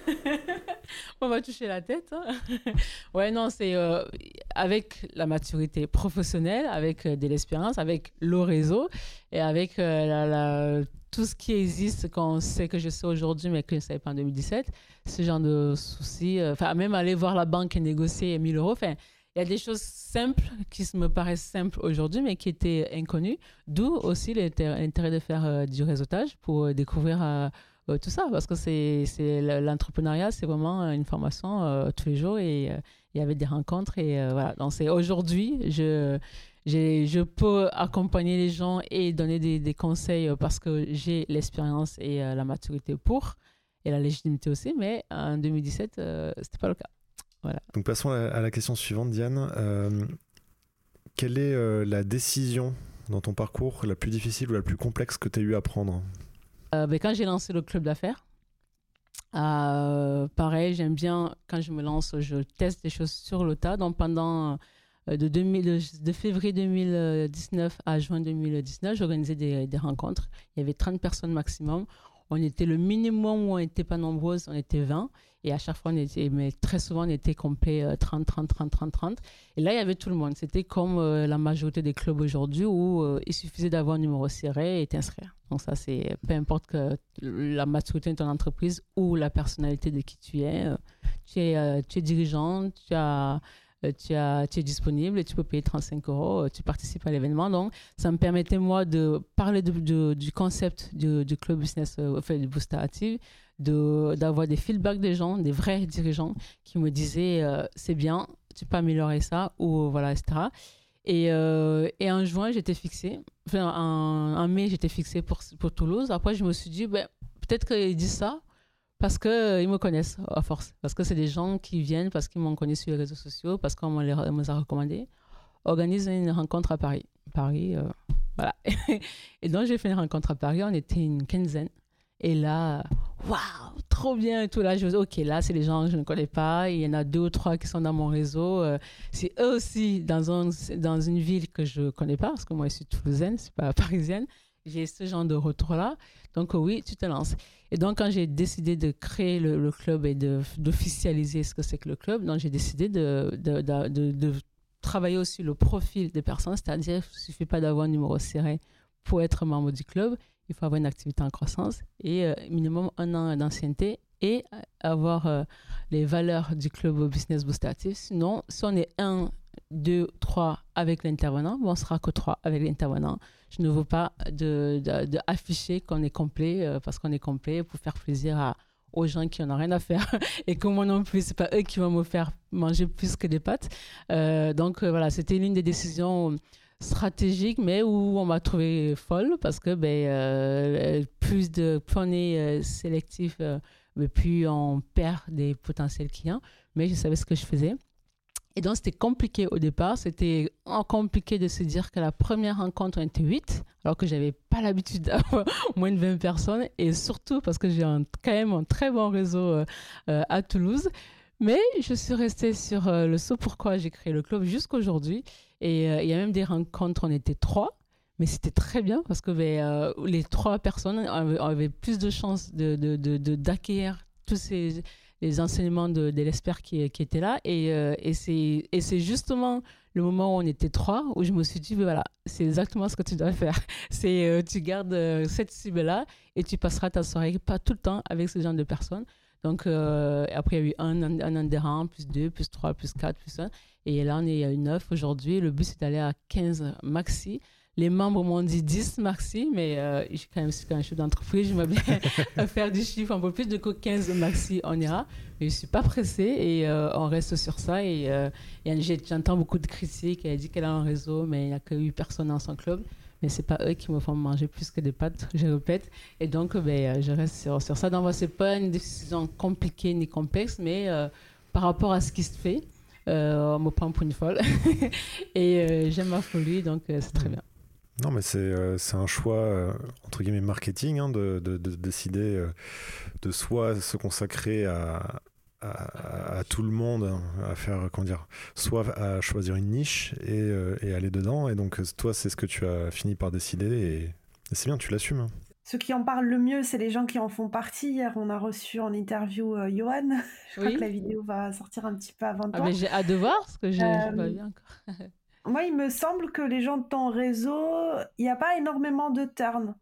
Speaker 1: On va toucher la tête. Hein. Ouais, non, c'est euh, avec la maturité professionnelle, avec euh, de l'expérience, avec le réseau et avec euh, la, la, tout ce qui existe qu'on sait que je sais aujourd'hui, mais que je ne savais pas en deux mille dix-sept. Ce genre de soucis. Enfin, euh, même aller voir la banque et négocier mille euros. Enfin, il y a des choses simples qui me paraissent simples aujourd'hui, mais qui étaient inconnues. D'où aussi l'intérêt de faire euh, du réseautage pour découvrir euh, euh, tout ça. Parce que c'est, c'est, l'entrepreneuriat, c'est vraiment une formation euh, tous les jours et euh, il y avait des rencontres. Et euh, voilà. Donc, c'est aujourd'hui, je, j'ai, je peux accompagner les gens et donner des, des conseils parce que j'ai l'expérience et euh, la maturité pour, et la légitimité aussi. Mais en deux mille dix-sept, euh, ce n'était pas le cas. Voilà.
Speaker 2: Donc passons à la, à la question suivante, Diane. Euh, quelle est euh, la décision dans ton parcours la plus difficile ou la plus complexe que tu as eu à prendre?
Speaker 1: euh, ben, Quand j'ai lancé le club d'affaires, euh, pareil, j'aime bien, quand je me lance, je teste des choses sur le tas. Donc pendant euh, de, deux mille, de, de février deux mille dix-neuf à juin deux mille dix-neuf, j'organisais des, des rencontres. Il y avait trente personnes maximum. On était le minimum où on n'était pas nombreuses, on était vingt. Et à chaque fois, on était, mais très souvent, on était complet euh, trente, trente, trente, trente, trente. Et là, il y avait tout le monde. C'était comme euh, la majorité des clubs aujourd'hui où euh, il suffisait d'avoir un numéro serré et t'inscrire. Donc ça, c'est peu importe que la maturité de ton entreprise ou la personnalité de qui tu es. Euh, tu es, euh, tu es dirigeant, tu as... Tu, as, tu es disponible et tu peux payer trente-cinq euros, tu participes à l'événement. Donc, ça me permettait, moi, de parler de, de, du concept du, du club business, euh, enfin, du Booster Active, de, d'avoir des feedbacks des gens, des vrais dirigeants qui me disaient euh, c'est bien, tu peux améliorer ça, ou voilà, et cetera. Et, euh, et en juin, j'étais fixée, enfin, en, en mai, j'étais fixée pour, pour Toulouse. Après, je me suis dit, ben, peut-être qu'ils disent ça. Parce qu'ils euh, me connaissent à force. Parce que c'est des gens qui viennent, parce qu'ils m'ont connu sur les réseaux sociaux, parce qu'on me les a recommandés. Organise une rencontre à Paris. Paris, euh, voilà. Et donc, j'ai fait une rencontre à Paris. On était une quinzaine. Et là, waouh, trop bien et tout. Là, je me dis, OK, là, c'est des gens que je ne connais pas. Il y en a deux ou trois qui sont dans mon réseau. Euh, c'est eux aussi dans, un, dans une ville que je ne connais pas, parce que moi, je suis toulousaine, je ne suis pas parisienne. J'ai ce genre de retour-là. Donc, oui, tu te lances. Et donc, quand j'ai décidé de créer le, le club et de, d'officialiser ce que c'est que le club, donc j'ai décidé de, de, de, de, de travailler aussi le profil des personnes, c'est-à-dire qu'il ne suffit pas d'avoir un numéro serré pour être membre du club, il faut avoir une activité en croissance et euh, minimum un an d'ancienneté et avoir euh, les valeurs du club Business Booster Active. Sinon, si on est un, deux, trois avec l'intervenant, bon, on ne sera que trois avec l'intervenant. Je ne veux pas de, de, de afficher qu'on est complet euh, parce qu'on est complet pour faire plaisir à, aux gens qui n'en ont rien à faire et que moi non plus, ce n'est pas eux qui vont me faire manger plus que des pâtes. Euh, donc euh, voilà, c'était l'une des décisions stratégiques, mais où on m'a trouvé folle parce que ben, euh, plus, de, plus on est euh, sélectif, euh, plus on perd des potentiels clients. Mais je savais ce que je faisais. Et donc, c'était compliqué au départ. C'était compliqué de se dire que la première rencontre, on était huit, alors que je n'avais pas l'habitude d'avoir moins de vingt personnes. Et surtout parce que j'ai un, quand même un très bon réseau euh, euh, à Toulouse. Mais je suis restée sur euh, le saut pourquoi j'ai créé le club jusqu'aujourd'hui. Et euh, il y a même des rencontres, on était trois. Mais c'était très bien parce que ben, euh, les trois personnes avaient, avaient plus de chances de, de, de, de, d'acquérir tous ces, les enseignements de, de l'expert qui, qui était là. Et, euh, et, c'est, et c'est justement le moment où on était trois, où je me suis dit, voilà, c'est exactement ce que tu dois faire. C'est, euh, tu gardes euh, cette cible-là et tu passeras ta soirée, pas tout le temps, avec ce genre de personnes. Donc, euh, après, il y a eu un, un, un adhérent, plus deux, plus trois, plus quatre, plus un. Et là, on est à neuf aujourd'hui. Le but, c'est d'aller à quinze maxi. Les membres m'ont dit dix maxi, mais euh, je suis quand même, c'est quand même chef d'entreprise. J'aimerais bien faire du chiffre un peu plus de que quinze maxi, on ira. Mais je ne suis pas pressée et euh, on reste sur ça. Et, euh, et j'entends beaucoup de critiques. Elle a dit qu'elle a un réseau, mais il n'y a que huit personnes dans son club. Mais ce n'est pas eux qui me font manger plus que des pâtes, je répète. Et donc, ben, je reste sur, sur ça. Donc, ce n'est pas une décision compliquée ni complexe, mais euh, par rapport à ce qui se fait, euh, on me prend pour une folle. Et euh, j'aime ma folie, donc euh, c'est très bien.
Speaker 2: Non, mais c'est, euh, c'est un choix, euh, entre guillemets, marketing, hein, de, de, de décider euh, de soit se consacrer à, à, à tout le monde, hein, à faire, comment dire, soit à choisir une niche et, euh, et aller dedans. Et donc, toi, c'est ce que tu as fini par décider et, et c'est bien, tu l'assumes. Hein.
Speaker 3: Ceux qui en parlent le mieux, c'est les gens qui en font partie. Hier, on a reçu en interview euh, Johan. Je oui. crois que la vidéo va sortir un petit peu avant toi.
Speaker 1: Ah, mais j'ai hâte de voir, parce que je n'ai euh, pas vu encore.
Speaker 3: Moi, il me semble que les gens de ton réseau, il n'y a pas énormément de turn.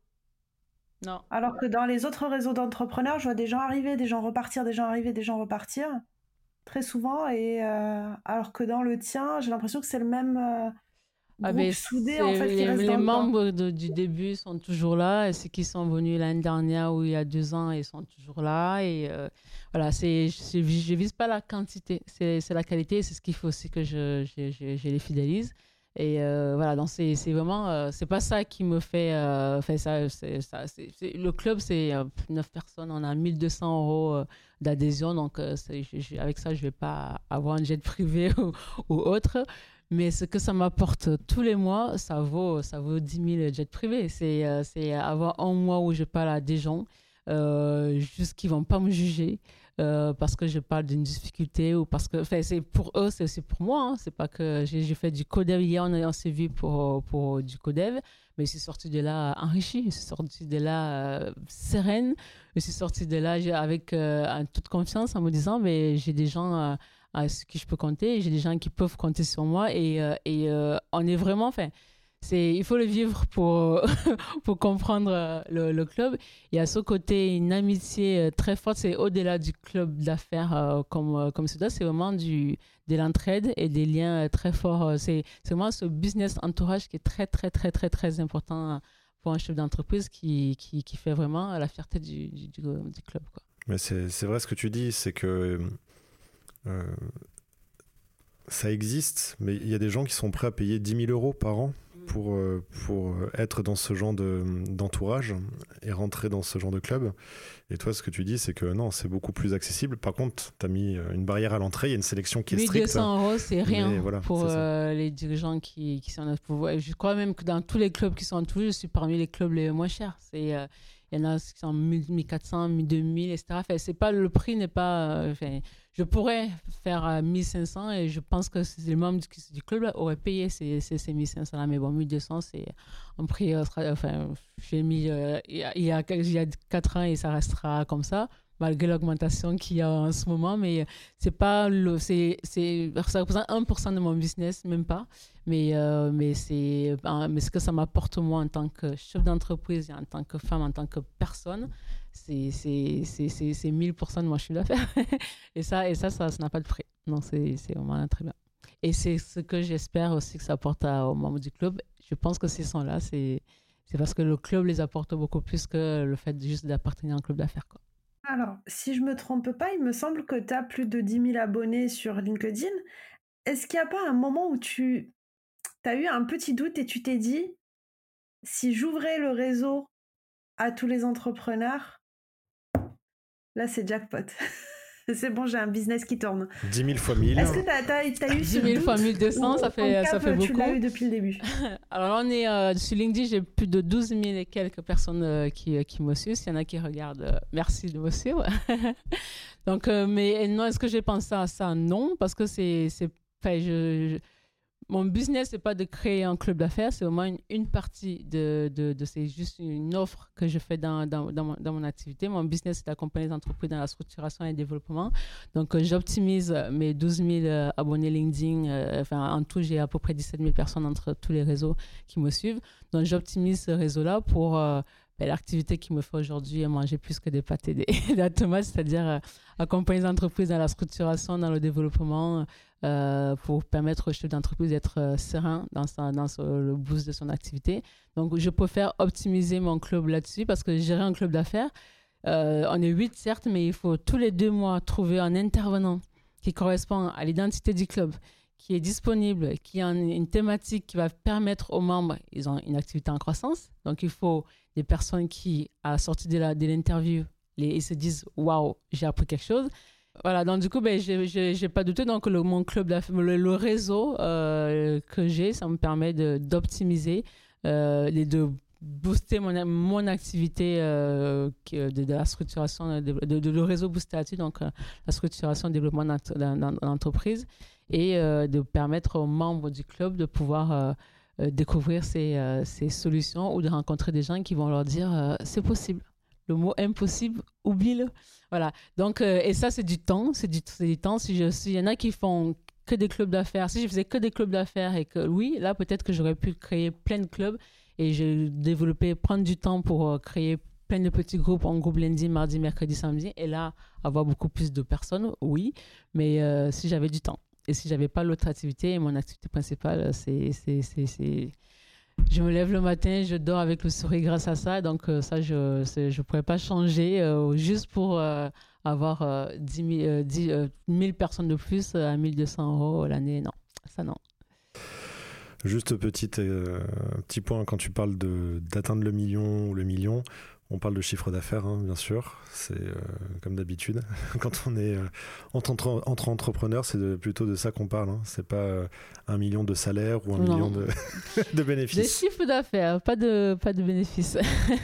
Speaker 1: Non.
Speaker 3: Alors que dans les autres réseaux d'entrepreneurs, je vois des gens arriver, des gens repartir, des gens arriver, des gens repartir. Très souvent. Et euh, alors que dans le tien, j'ai l'impression que c'est le même euh, groupe ah soudé, en fait, qui
Speaker 1: les,
Speaker 3: reste
Speaker 1: les
Speaker 3: dans
Speaker 1: membres de, du début sont toujours là. Et ceux qui sont venus l'année dernière ou il y a deux ans, ils sont toujours là. Et euh, voilà, c'est, je ne vise pas la quantité, c'est, c'est la qualité. C'est ce qu'il faut aussi que je, je, je, je les fidélise. Et euh, voilà, donc c'est, c'est vraiment, euh, c'est pas ça qui me fait, euh, fait ça, c'est, ça c'est, c'est, le club, c'est euh, neuf personnes, on a mille deux cents euros euh, d'adhésion, donc euh, c'est, je, je, avec ça, je vais pas avoir un jet privé ou, ou autre, mais ce que ça m'apporte tous les mois, ça vaut, ça vaut dix mille jets privés. C'est, euh, c'est avoir un mois où je parle à des gens, euh, juste qu'ils vont pas me juger. Euh, parce que je parle d'une difficulté ou parce que c'est pour eux, c'est aussi pour moi. Hein. C'est pas que j'ai, j'ai fait du codev hier, on, on s'est vu pour, pour du codev, mais je suis sortie de là enrichie, je suis sortie de là euh, sereine, je suis sortie de là avec euh, toute confiance en me disant mais j'ai des gens euh, à ce qui je peux compter, j'ai des gens qui peuvent compter sur moi et, euh, et euh, on est vraiment fait. C'est, il faut le vivre pour, pour comprendre le, le club. Il y a ce côté, une amitié très forte, c'est au-delà du club d'affaires euh, comme, comme cela, c'est vraiment du, de l'entraide et des liens très forts. C'est, c'est vraiment ce business entourage qui est très, très, très, très, très important pour un chef d'entreprise qui, qui, qui fait vraiment la fierté du, du, du, du club, quoi.
Speaker 2: Mais c'est, c'est vrai ce que tu dis, c'est que euh, ça existe, mais il y a des gens qui sont prêts à payer dix mille euros par an pour, euh, pour être dans ce genre de, d'entourage et rentrer dans ce genre de club. Et toi, ce que tu dis, c'est que non, c'est beaucoup plus accessible. Par contre, tu as mis une barrière à l'entrée, il y a une sélection qui est stricte.
Speaker 1: mille deux cents euros, c'est rien
Speaker 2: voilà,
Speaker 1: pour euh, les dirigeants qui, qui sont... Pour, je crois même que dans tous les clubs qui sont en Toulouse, je suis parmi les clubs les moins chers. C'est... Euh, il y en a qui sont mille quatre cents, deux mille, et cetera. Enfin, c'est pas, le prix n'est pas... Euh, enfin, je pourrais faire euh, mille cinq cents et je pense que les membres du, du club auraient payé ces, ces, ces mille cinq cents-là. Mais bon, mille deux cents, c'est un prix... Euh, enfin, j'ai mis euh, il, y a, il, y a, il y a quatre ans et ça restera comme ça, malgré l'augmentation qu'il y a en ce moment. Mais c'est pas le, c'est, c'est, ça représente un pour cent de mon business, même pas. Mais, euh, mais, c'est, mais ce que ça m'apporte moi en tant que chef d'entreprise et en tant que femme, en tant que personne, c'est, c'est, c'est, c'est, c'est mille pour cent de mon chiffre d'affaires. et ça, et ça, ça, ça n'a pas de prix. Non, c'est, c'est vraiment très bien. Et c'est ce que j'espère aussi que ça apporte à, aux membres du club. Je pense que ces sont-là, c'est, c'est parce que le club les apporte beaucoup plus que le fait juste d'appartenir à un club d'affaires, quoi.
Speaker 3: Alors, si je ne me trompe pas, il me semble que tu as plus de dix mille abonnés sur LinkedIn. Est-ce qu'il n'y a pas un moment où tu as eu un petit doute et tu t'es dit, si j'ouvrais le réseau à tous les entrepreneurs, là c'est jackpot. C'est bon, j'ai un business qui tourne.
Speaker 2: dix mille fois mille.
Speaker 3: Est-ce que tu as eu
Speaker 1: dix mille fois mille deux cents, ça fait, ça fait beaucoup.
Speaker 3: Tu l'as eu depuis le début.
Speaker 1: Alors là, on est euh, sur LinkedIn, j'ai plus de douze mille et quelques personnes euh, qui, qui me suivent. S'il y en a qui regardent, euh, merci de me suivre. Donc, euh, mais non, est-ce que j'ai pensé à ça? Non, parce que c'est... c'est enfin, je, je, mon business, c'est pas de créer un club d'affaires, c'est vraiment une, une partie de, de, de c'est juste une offre que je fais dans, dans, dans, mon, dans mon activité. Mon business, c'est d'accompagner les entreprises dans la structuration et le développement. Donc, euh, j'optimise mes douze mille euh, abonnés LinkedIn. Euh, enfin, en tout, j'ai à peu près dix-sept mille personnes entre tous les réseaux qui me suivent. Donc, j'optimise ce réseau-là pour euh, ben, l'activité qui me fait aujourd'hui manger plus que des pâtes et des, des tomates, c'est-à-dire euh, accompagner les entreprises dans la structuration, dans le développement, Euh, pour permettre au chef d'entreprise d'être euh, serein dans, sa, dans sa, le boost de son activité. Donc, je préfère optimiser mon club là-dessus parce que gérer un club d'affaires, euh, on est huit certes, mais il faut tous les deux mois trouver un intervenant qui correspond à l'identité du club, qui est disponible, qui a une, une thématique qui va permettre aux membres, ils ont une activité en croissance, donc il faut des personnes qui, à la sortie de, la, de l'interview, les, ils se disent « Waouh, j'ai appris quelque chose ». Voilà, donc du coup, ben, j'ai, j'ai, j'ai pas douté. Donc, le, mon club, le, le réseau euh, que j'ai, ça me permet de, d'optimiser euh, et de booster mon, mon activité euh, de, de la structuration, de, de, de le réseau Boostati, donc euh, la structuration et le développement de l'entreprise, et euh, de permettre aux membres du club de pouvoir euh, euh, découvrir ces, euh, ces solutions ou de rencontrer des gens qui vont leur dire euh, c'est possible. Le mot impossible, oublie-le. Voilà. Donc, euh, et ça, c'est du temps. C'est du, c'est du temps. Si je, s'il y en a qui font que des clubs d'affaires, si je faisais que des clubs d'affaires et que oui, là, peut-être que j'aurais pu créer plein de clubs et je développer, prendre du temps pour euh, créer plein de petits groupes en groupe lundi, mardi, mercredi, samedi. Et là, avoir beaucoup plus de personnes, oui. Mais euh, si j'avais du temps et si j'avais pas l'autre activité, et mon activité principale, c'est, c'est, c'est, c'est je me lève le matin, je dors avec le sourire grâce à ça. Donc, euh, ça, je ne pourrais pas changer euh, juste pour euh, avoir euh, dix mille, euh, dix, euh, mille personnes de plus à mille deux cents euros l'année. Non, ça, non.
Speaker 2: Juste petit, euh, petit point, quand tu parles de, d'atteindre le million ou le million, on parle de chiffre d'affaires, hein, bien sûr. C'est euh, comme d'habitude. Quand on est euh, entre, entre entrepreneurs, c'est de, plutôt de ça qu'on parle. Hein. C'est pas euh, un million de salaire ou un non. million de, de bénéfices.
Speaker 1: De chiffre d'affaires, pas de, pas de bénéfices.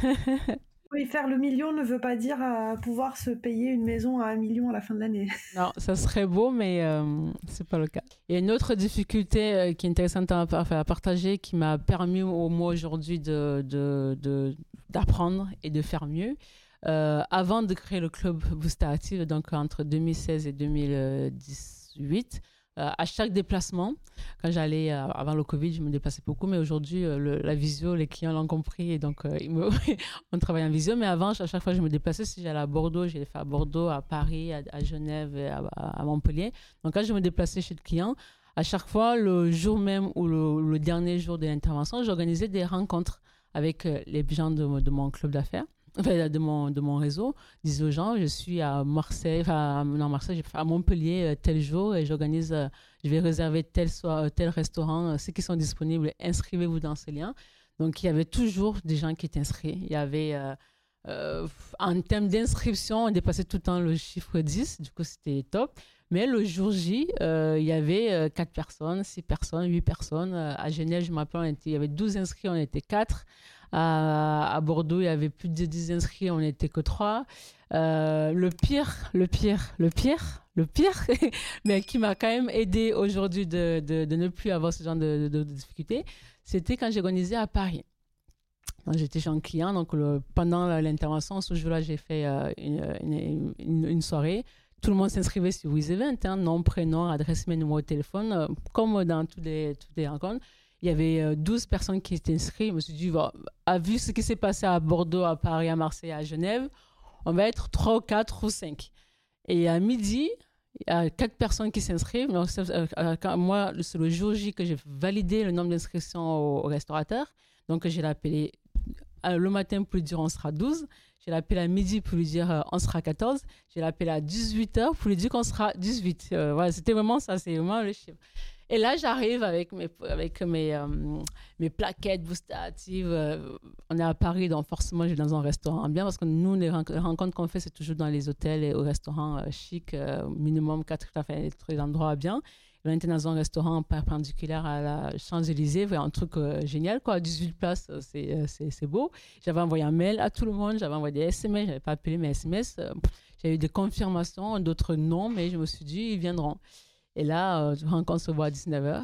Speaker 3: Oui, faire le million ne veut pas dire euh, pouvoir se payer une maison à un million à la fin de l'année.
Speaker 1: Non, ça serait beau, mais euh, c'est pas le cas. Il y a une autre difficulté euh, qui est intéressante à, à partager, qui m'a permis au moi aujourd'hui de, de, de, d'apprendre et de faire mieux. Euh, avant de créer le club Boostati, donc entre deux mille seize et deux mille dix-huit, euh, à chaque déplacement, quand j'allais, euh, avant le Covid, je me déplaçais beaucoup, mais aujourd'hui, euh, le, la visio, les clients l'ont compris, et donc euh, ils me, on travaille en visio. Mais avant, à chaque fois que je me déplaçais, si j'allais à Bordeaux, j'allais faire à Bordeaux, à Paris, à, à Genève, et à, à Montpellier. Donc quand je me déplaçais chez le client, à chaque fois, le jour même ou le, le dernier jour de l'intervention, j'organisais des rencontres avec euh, les gens de, de mon club d'affaires. Enfin, de mon, de mon réseau, disais aux gens, je suis à Marseille, enfin, non, Marseille, à Montpellier tel jour et j'organise, je vais réserver tel, soir, tel restaurant, ceux qui sont disponibles, inscrivez-vous dans ce lien. Donc, il y avait toujours des gens qui étaient inscrits. Il y avait, euh, euh, en termes d'inscription, on dépassait tout le temps le chiffre dix, du coup, c'était top. Mais le jour J, euh, il y avait euh, quatre personnes, six personnes, huit personnes. À Genève, je m'appelle, on était, il y avait douze inscrits, on était quatre. À, à Bordeaux, il y avait plus de dix inscrits, on n'était que trois. Euh, le pire, le pire, le pire, le pire, mais qui m'a quand même aidé aujourd'hui de, de, de ne plus avoir ce genre de, de, de difficultés, c'était quand j'ai organisé à Paris. Donc, j'étais chez un client, donc le, pendant l'intervention, ce jour-là, j'ai fait euh, une, une, une, une soirée. Tout le monde s'inscrivait sur WizEvent, hein, nom, prénom, adresse mail, numéro de téléphone, euh, comme dans toutes les, toutes les rencontres. Il y avait euh, douze personnes qui étaient inscrites. Je me suis dit, bah, à vu ce qui s'est passé à Bordeaux, à Paris, à Marseille, à Genève, on va être trois ou quatre ou cinq. Et à midi, il y a quatre personnes qui s'inscrivent. Donc, euh, euh, moi, c'est le jour J que j'ai validé le nombre d'inscriptions au, au restaurateur. Donc, j'ai appelé euh, le matin pour lui dire on sera douze. J'ai appelé à midi pour lui dire euh, on sera quatorze. J'ai appelé à dix-huit heures pour lui dire qu'on sera dix-huit. Euh, voilà, c'était vraiment ça, c'est vraiment le chiffre. Et là, j'arrive avec mes, avec mes, euh, mes plaquettes Boostati. Euh, on est à Paris, donc forcément, je vais dans un restaurant bien parce que nous, les rencontres qu'on fait, c'est toujours dans les hôtels et au restaurant euh, chic, euh, minimum quatre enfin, des endroits bien. Et on était dans un restaurant perpendiculaire à la Champs-Élysées, un truc euh, génial, quoi. dix-huit places, c'est, c'est, c'est beau. J'avais envoyé un mail à tout le monde, j'avais envoyé des S M S, je n'avais pas appelé mes S M S. Euh, j'avais eu des confirmations, d'autres non, mais je me suis dit, ils viendront. Et là, euh, je rencontre se voit à dix-neuf heures.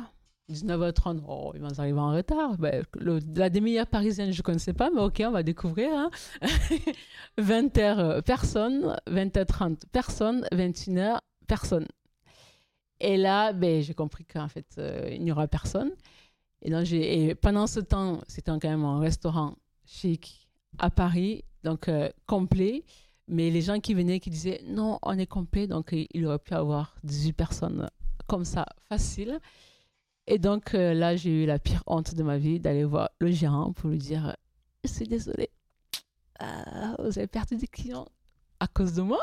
Speaker 1: dix-neuf heures trente, oh, ils vont arriver en retard. Ben, le, la demi-heure parisienne, je ne connaissais pas, mais ok, on va découvrir. Hein. vingt heures, personne. vingt heures trente, personne. vingt et une heures, personne. Et là, ben, j'ai compris qu'en fait, euh, il n'y aura personne. Et, donc, j'ai, et pendant ce temps, c'était quand même un restaurant chic à Paris, donc euh, complet. Mais les gens qui venaient, qui disaient non, on est complet, donc il aurait pu avoir dix-huit personnes comme ça, facile. Et donc euh, là, j'ai eu la pire honte de ma vie d'aller voir le gérant pour lui dire « Je suis désolée, euh, vous avez perdu des clients à cause de moi. »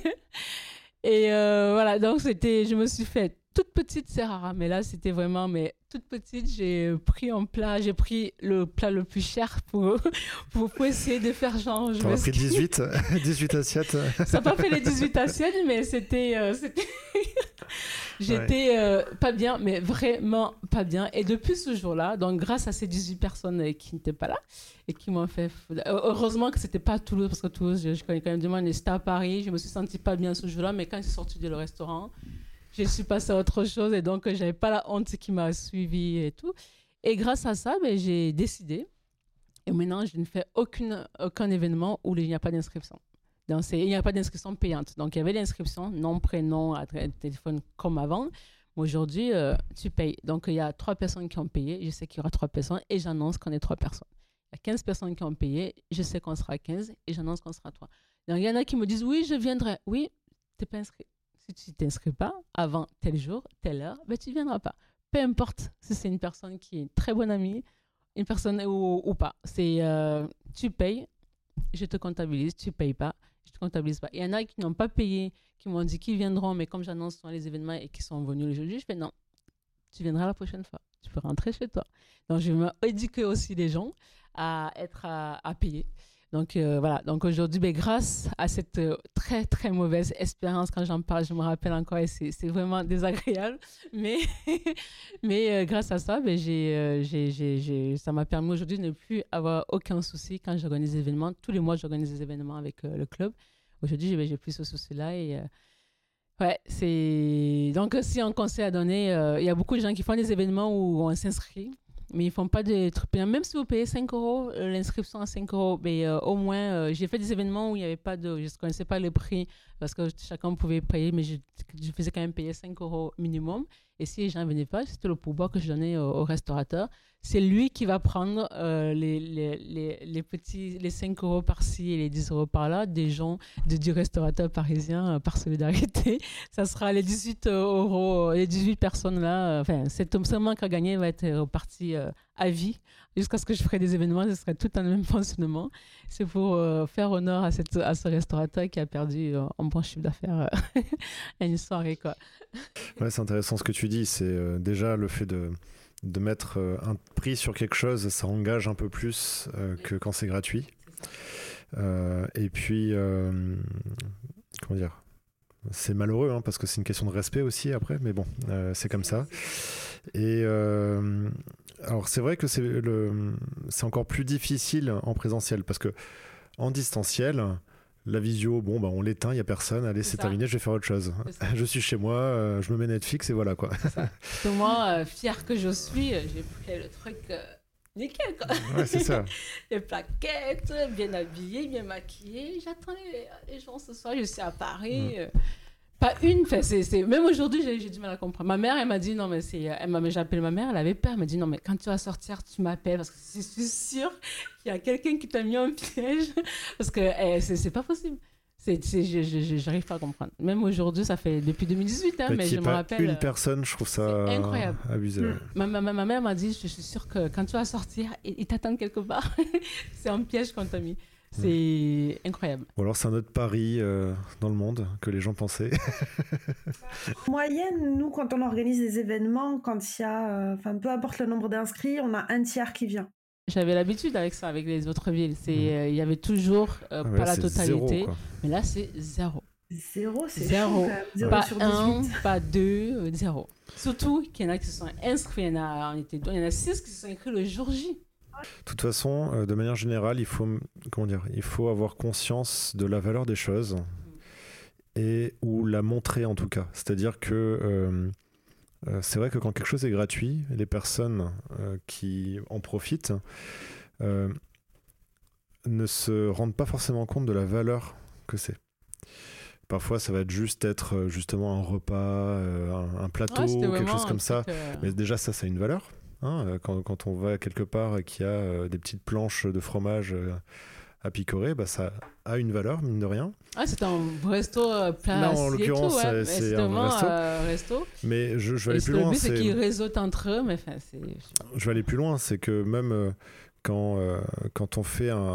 Speaker 1: Et euh, voilà, donc c'était, je me suis fait toute petite, c'est rare, mais là, c'était vraiment mais toute petite. J'ai pris un plat, j'ai pris le plat le plus cher pour, pour, pour essayer de faire genre...
Speaker 2: Tu as pris dix-huit, dix-huit assiettes.
Speaker 1: Ça n'a pas fait les dix-huit assiettes, mais c'était... Euh, c'était... J'étais ouais. euh, pas bien, mais vraiment pas bien. Et depuis ce jour-là, donc grâce à ces dix-huit personnes qui n'étaient pas là et qui m'ont fait... Heureusement que c'était pas à Toulouse, parce que Toulouse, je, je connais quand même du monde, mais c'était à Paris. Je me suis sentie pas bien ce jour-là, mais quand je suis sortie du restaurant, je suis passée à autre chose et donc j'avais pas la honte qui m'a suivie et tout. Et grâce à ça, ben, j'ai décidé. Et maintenant, je ne fais aucune, aucun événement où il n'y a pas d'inscription. Donc, c'est, il n'y a pas d'inscription payante. Donc, il y avait l'inscription, nom, prénom, adresse, téléphone, comme avant. Mais aujourd'hui, euh, tu payes. Donc, il y a trois personnes qui ont payé. Je sais qu'il y aura trois personnes et j'annonce qu'on est trois personnes. Il y a quinze personnes qui ont payé. Je sais qu'on sera quinze et j'annonce qu'on sera trois. Donc, il y en a qui me disent, oui, je viendrai. Oui, tu n'es pas inscrit. Si tu ne t'inscris pas avant tel jour, telle heure, ben, tu ne viendras pas. Peu importe si c'est une personne qui est une très bonne amie, une personne ou, ou pas. C'est, euh, tu payes, je te comptabilise, tu ne payes pas. Je ne te comptabilise pas. Il y en a qui n'ont pas payé, qui m'ont dit qu'ils viendront, mais comme j'annonce dans les événements et qui sont venus le jeudi, je fais non, tu viendras la prochaine fois. Tu peux rentrer chez toi. Donc, je vais éduquer aussi les gens à être à, à payer. Donc, euh, voilà. Donc, aujourd'hui, ben, grâce à cette euh, très, très mauvaise expérience, quand j'en parle, je me rappelle encore et c'est, c'est vraiment désagréable. Mais, mais euh, grâce à ça, ben, j'ai, euh, j'ai, j'ai, j'ai, ça m'a permis aujourd'hui de ne plus avoir aucun souci quand j'organise des événements. Tous les mois, j'organise des événements avec euh, le club. Aujourd'hui, ben, j'ai plus ce souci-là et... Euh, ouais, c'est... Donc, si un conseil à donner, il euh, y a beaucoup de gens qui font des événements où on s'inscrit, mais ils ne font pas de trucs payants. Même si vous payez cinq euros, euh, l'inscription à cinq euros, mais euh, au moins, euh, j'ai fait des événements où il n'y avait pas de... Je ne connaissais pas le prix parce que chacun pouvait payer, mais je, je faisais quand même payer cinq euros minimum. Et si les gens ne venaient pas, c'était le pourboire que je donnais au, au restaurateur. C'est lui qui va prendre euh, les, les, les, les petits, les cinq euros par-ci et les dix euros par-là des gens, de, du restaurateur parisien euh, par solidarité. Ça sera les dix-huit euros, les dix-huit personnes-là. Euh, enfin, cet homme seulement qui a gagné va être reparti euh, à vie. Jusqu'à ce que je ferai des événements, ce serait tout dans le même fonctionnement. C'est pour euh, faire honneur à, cette, à ce restaurateur qui a perdu euh, un bon chiffre d'affaires euh, à une soirée, quoi.
Speaker 2: Ouais, c'est intéressant ce que tu dis. C'est euh, déjà le fait de, de mettre euh, un prix sur quelque chose, ça engage un peu plus euh, que quand c'est gratuit. Euh, et puis, euh, comment dire, c'est malheureux hein, parce que c'est une question de respect aussi après, mais bon, euh, c'est comme ça. Et euh, alors c'est vrai que c'est, le, c'est encore plus difficile en présentiel parce que en distanciel, la visio, bon, bah, on l'éteint, il n'y a personne, allez, c'est, c'est terminé, je vais faire autre chose. Je suis chez moi, euh, je me mets Netflix et voilà quoi.
Speaker 1: C'est ça. Que moi, euh, fière que je suis, j'ai pris le truc euh, nickel quoi.
Speaker 2: Ouais, c'est ça.
Speaker 1: Les plaquettes, bien habillée, bien maquillée. J'attends les, les gens ce soir, je suis à Paris. Mm. Euh, Pas une, enfin, c'est, c'est... même aujourd'hui, j'ai, j'ai du mal à comprendre. Ma mère, elle m'a dit, non, mais c'est... Elle m'a... J'appelle ma mère, elle avait peur. Elle m'a dit, non, mais quand tu vas sortir, tu m'appelles parce que je suis sûre qu'il y a quelqu'un qui t'a mis en piège. Parce que eh, c'est, c'est pas possible. C'est, c'est, je, je, j'arrive pas à comprendre. Même aujourd'hui, ça fait depuis deux mille dix-huit, hein, mais je me rappelle.
Speaker 2: Une personne, je trouve ça
Speaker 1: c'est incroyable.
Speaker 2: Abusé.
Speaker 1: Mmh. Ma, ma, ma mère m'a dit, je suis sûre que quand tu vas sortir, ils, ils t'attendent quelque part. C'est un piège qu'on t'a mis. C'est mmh. incroyable.
Speaker 2: Ou alors c'est un autre pari euh, dans le monde que les gens pensaient.
Speaker 3: En moyenne, nous, quand on organise des événements, quand il y a, enfin, euh, peu importe le nombre d'inscrits, on a un tiers qui vient.
Speaker 1: J'avais l'habitude avec ça, avec les autres villes. Il mmh. euh, y avait toujours euh, ah ouais, pas la totalité, zéro, mais là c'est zéro.
Speaker 3: Zéro, c'est
Speaker 1: zéro.
Speaker 3: Fou, zéro
Speaker 1: pas
Speaker 3: sur
Speaker 1: un, pas deux, euh, zéro. Surtout qu'il y en a qui se sont inscrits, il y en a, on était, il y en a six qui se sont inscrits le jour J.
Speaker 2: De toute façon, euh, de manière générale, il faut, comment dire, il faut avoir conscience de la valeur des choses et ou la montrer en tout cas. C'est-à-dire que euh, euh, c'est vrai que quand quelque chose est gratuit, les personnes euh, qui en profitent euh, ne se rendent pas forcément compte de la valeur que c'est. Parfois, ça va être juste être justement un repas, euh, un, un plateau,
Speaker 1: ouais,
Speaker 2: quelque chose comme ça.
Speaker 1: Euh...
Speaker 2: Mais déjà, ça, ça a une valeur. Hein, quand, quand on va quelque part et qu'il y a euh, des petites planches de fromage euh, à picorer, bah, ça a une valeur, mine de rien.
Speaker 1: Ah, c'est un resto euh, plat.
Speaker 2: Là, en l'occurrence,
Speaker 1: tout, ouais.
Speaker 2: c'est, c'est un resto.
Speaker 1: Euh, resto.
Speaker 2: Mais je, je vais aller
Speaker 1: et
Speaker 2: plus
Speaker 1: le
Speaker 2: loin.
Speaker 1: Le but,
Speaker 2: c'est...
Speaker 1: c'est qu'ils réseautent entre eux. Mais, c'est...
Speaker 2: Je vais aller plus loin. C'est que même euh, quand, euh, quand on fait un,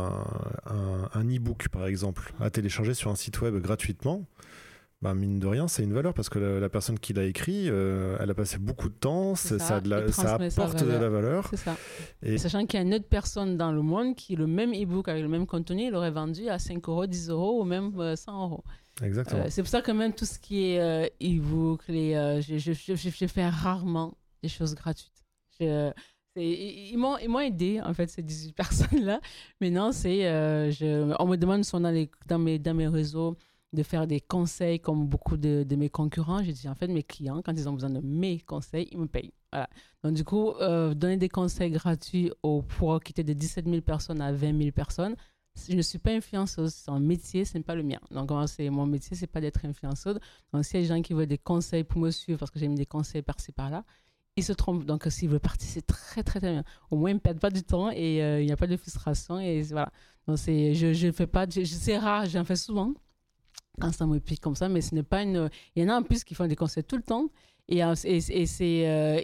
Speaker 2: un, un e-book, par exemple, à télécharger sur un site web gratuitement, bah, mine de rien, c'est une valeur parce que la, la personne qui l'a écrit, euh, elle a passé beaucoup de temps, ça, ça, de la, ça apporte de la valeur.
Speaker 1: C'est ça.
Speaker 2: Et...
Speaker 1: Et sachant qu'il y a une autre personne dans le monde qui, le même e-book avec le même contenu, il l'aurait vendu à cinq euros, dix euros ou même euh, cent euros.
Speaker 2: Exactement.
Speaker 1: Euh, c'est pour ça que même tout ce qui est euh, e-book, les, euh, je, je, je, je fais rarement des choses gratuites. Je, c'est, ils, m'ont, ils m'ont aidé, en fait, ces dix-huit personnes-là. Mais non, c'est, euh, je, on me demande si on a les, dans, mes, dans mes réseaux de faire des conseils comme beaucoup de, de mes concurrents. J'ai dit, en fait, mes clients, quand ils ont besoin de mes conseils, ils me payent. Voilà. Donc, du coup, euh, donner des conseils gratuits au, pour quitter de dix-sept mille personnes à vingt mille personnes, je ne suis pas influenceuse, c'est un métier, ce n'est pas le mien. Donc, c'est, mon métier, ce n'est pas d'être influenceuse. Donc, s'il y a des gens qui veulent des conseils pour me suivre, parce que j'ai mis des conseils par-ci, par-là, ils se trompent. Donc, s'ils veulent partir, c'est très, très, très bien. Au moins, ils ne perdent pas du temps et il euh, n'y a pas de frustration. Et voilà. Donc, c'est, je ne fais pas, je, c'est rare, j'en fais souvent quand ça me pique comme ça, mais ce n'est pas une... Il y en a en plus qui font des conseils tout le temps et, et, et, c'est, euh,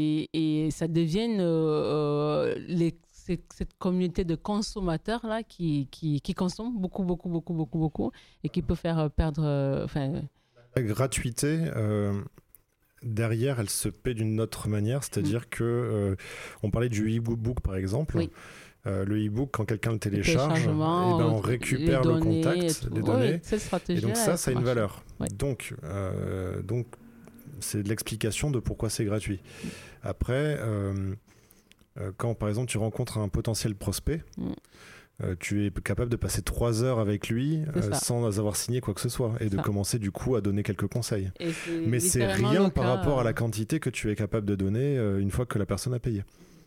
Speaker 1: et, et ça devient une, euh, les, cette communauté de consommateurs là, qui, qui, qui consomment beaucoup, beaucoup, beaucoup, beaucoup, beaucoup et qui peut faire perdre... Euh,
Speaker 2: La gratuité, euh, derrière, elle se paie d'une autre manière, c'est-à-dire mmh. que euh, on parlait du e-book par exemple.
Speaker 1: Oui.
Speaker 2: Euh, le e-book, quand quelqu'un le télécharge, eh ben, on récupère le contact, les données.
Speaker 1: Oui,
Speaker 2: et donc ça, ça a une valeur.
Speaker 1: Oui.
Speaker 2: Donc, euh, donc, c'est de l'explication de pourquoi c'est gratuit. Après, euh, euh, quand par exemple tu rencontres un potentiel prospect, mm. euh, tu es capable de passer trois heures avec lui euh, sans avoir signé quoi que ce soit et de ça. Commencer du coup à donner quelques conseils. C'est Mais c'est rien par cas, rapport à la quantité que tu es capable de donner euh, une fois que la personne a payé.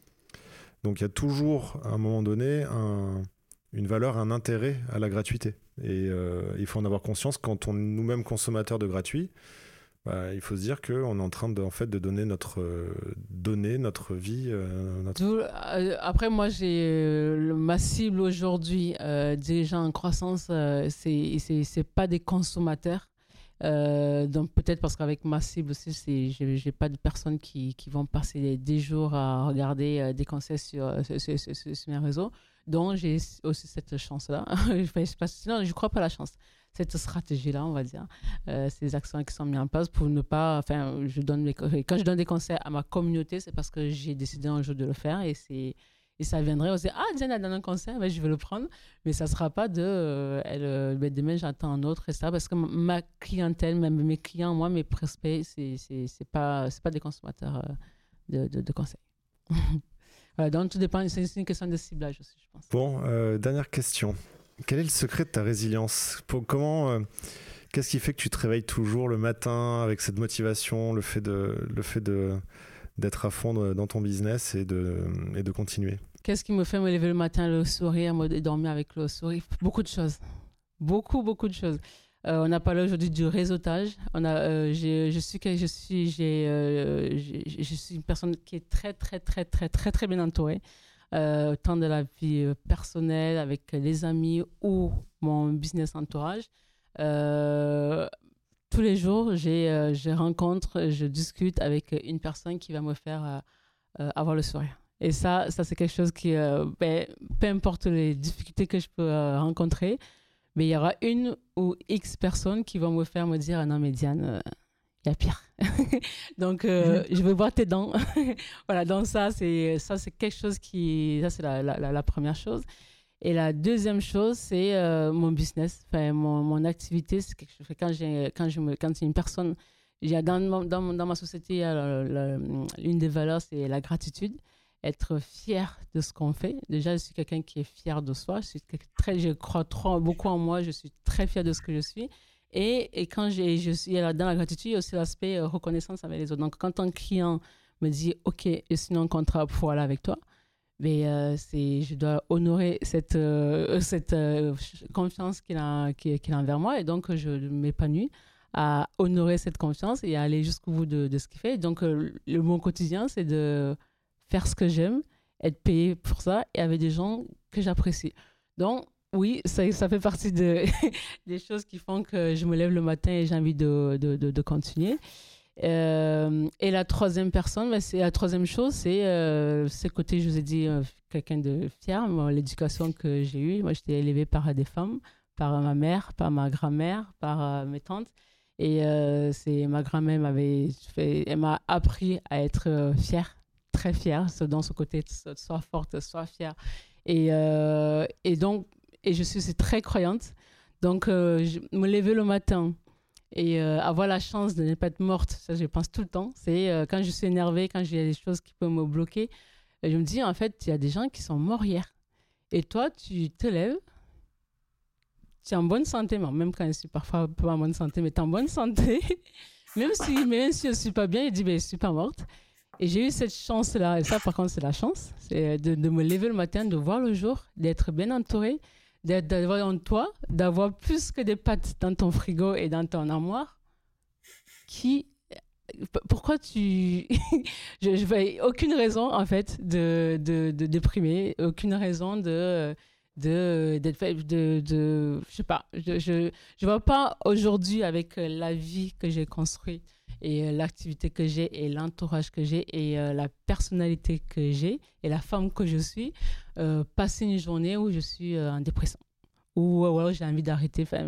Speaker 2: Donc il y a toujours, à un moment donné, un, une valeur, un intérêt à la gratuité. Et euh, il faut en avoir conscience quand on est nous-mêmes consommateurs de gratuit. Bah, il faut se dire qu'on est en train de, en fait, de donner notre, euh, donner notre vie. Euh, notre...
Speaker 1: Euh, après, moi, j'ai euh, ma cible aujourd'hui, euh, des gens en croissance, euh, c'est, c'est, c'est pas des consommateurs. Euh, donc peut-être parce qu'avec ma cible aussi, c'est, j'ai, j'ai pas de personnes qui, qui vont passer des, des jours à regarder euh, des conseils sur, sur, sur, sur, sur mes réseaux. Donc j'ai aussi cette chance-là. Sinon, je crois pas à la chance. Cette stratégie-là, on va dire, euh, ces actions qui sont mises en place pour ne pas... Enfin, je donne mes, quand je donne des conseils à ma communauté, c'est parce que j'ai décidé un jour de le faire et c'est... Et ça viendrait aussi, ah, Diane a donné un conseil, ben, je vais le prendre. Mais ça ne sera pas de, euh, elle, ben, demain j'attends un autre et ça. Parce que ma clientèle, même mes clients, moi, mes prospects, ce n'est pas, pas des consommateurs euh, de, de, de conseils. Voilà, donc tout dépend, c'est une question de ciblage aussi, je pense.
Speaker 2: Bon, euh, dernière question. Quel est le secret de ta résilience ? Pour, comment, euh, qu'est-ce qui fait que tu te réveilles toujours le matin avec cette motivation, le fait de... Le fait de d'être à fond dans ton business et de, et de continuer.
Speaker 1: Qu'est-ce qui me fait me lever le matin, le sourire, et dormir avec le sourire ? Beaucoup de choses. Beaucoup, beaucoup de choses. Euh, on a parlé aujourd'hui du réseautage. On a, euh, j'ai, je, suis, je, suis, j'ai, euh, j'ai, je suis une personne qui est très, très, très, très, très, très bien entourée. Euh, tant de la vie personnelle, avec les amis ou mon business entourage. Euh, Tous les jours, j'ai, euh, je rencontre, je discute avec une personne qui va me faire euh, euh, avoir le sourire. Et ça, ça c'est quelque chose qui, euh, ben, peu importe les difficultés que je peux euh, rencontrer, mais il y aura une ou X personnes qui vont me faire me dire « Non, mais Diane, il euh, y a pire. » Donc, euh, je veux voir tes dents. Voilà, donc ça c'est, ça, c'est quelque chose qui... Ça, c'est la, la, la, la première chose. Et la deuxième chose, c'est euh, mon business, enfin, mon, mon activité. C'est quelque chose, quand, j'ai, quand, je me, quand c'est une personne, j'ai, dans, dans, dans ma société, la, la, l'une des valeurs, c'est la gratitude. Être fier de ce qu'on fait. Déjà, je suis quelqu'un qui est fier de soi. Je, suis très, je crois trop, beaucoup en moi. Je suis très fier de ce que je suis. Et, et quand j'ai, je suis dans la gratitude, il y a aussi l'aspect euh, reconnaissance avec les autres. Donc, quand un client me dit, OK, je signe un contrat pour aller avec toi, mais, euh, c'est, je dois honorer cette, euh, cette euh, confiance qu'il a, qu'il a envers moi. Et donc, je m'épanouis à honorer cette confiance et à aller jusqu'au bout de, de ce qu'il fait. Et donc, euh, le mon quotidien, c'est de faire ce que j'aime, être payé pour ça et avec des gens que j'apprécie. Donc, oui, ça, ça fait partie de, des choses qui font que je me lève le matin et j'ai envie de, de, de, de continuer. Euh, et la troisième personne, bah, c'est la troisième chose, c'est euh, ce côté, je vous ai dit, euh, quelqu'un de fier. Moi, l'éducation que j'ai eue, moi, j'étais élevée par des femmes, par ma mère, par ma grand-mère, par euh, mes tantes. Et euh, c'est ma grand-mère m'avait fait, elle m'a appris à être euh, fière, très fière, dans ce côté, sois forte, sois fière. Et, euh, et donc, et je suis aussi très croyante. Donc, euh, je me lever le matin et euh, avoir la chance de ne pas être morte, ça, je pense tout le temps. C'est euh, quand je suis énervée, quand j'ai des choses qui peuvent me bloquer, je me dis, en fait, il y a des gens qui sont morts hier. Et toi, tu te lèves, tu es en bonne santé, même quand je suis parfois pas en bonne santé, mais tu es en bonne santé. même, si, même si je ne suis pas bien, je dis, ben, je ne suis pas morte. Et j'ai eu cette chance-là, et ça, par contre, c'est la chance, c'est de, de me lever le matin, de voir le jour, d'être bien entourée, d'avoir en toi, d'avoir plus que des pâtes dans ton frigo et dans ton armoire. Qui, pourquoi tu, je, je vois aucune raison en fait de de, de déprimer, aucune raison de de d'être de, de je sais pas, je je je vois pas aujourd'hui avec la vie que j'ai construite et l'activité que j'ai et l'entourage que j'ai et euh, la personnalité que j'ai et la femme que je suis, euh, passer une journée où je suis euh, en dépression ou ouais, ouais, j'ai envie d'arrêter. Enfin,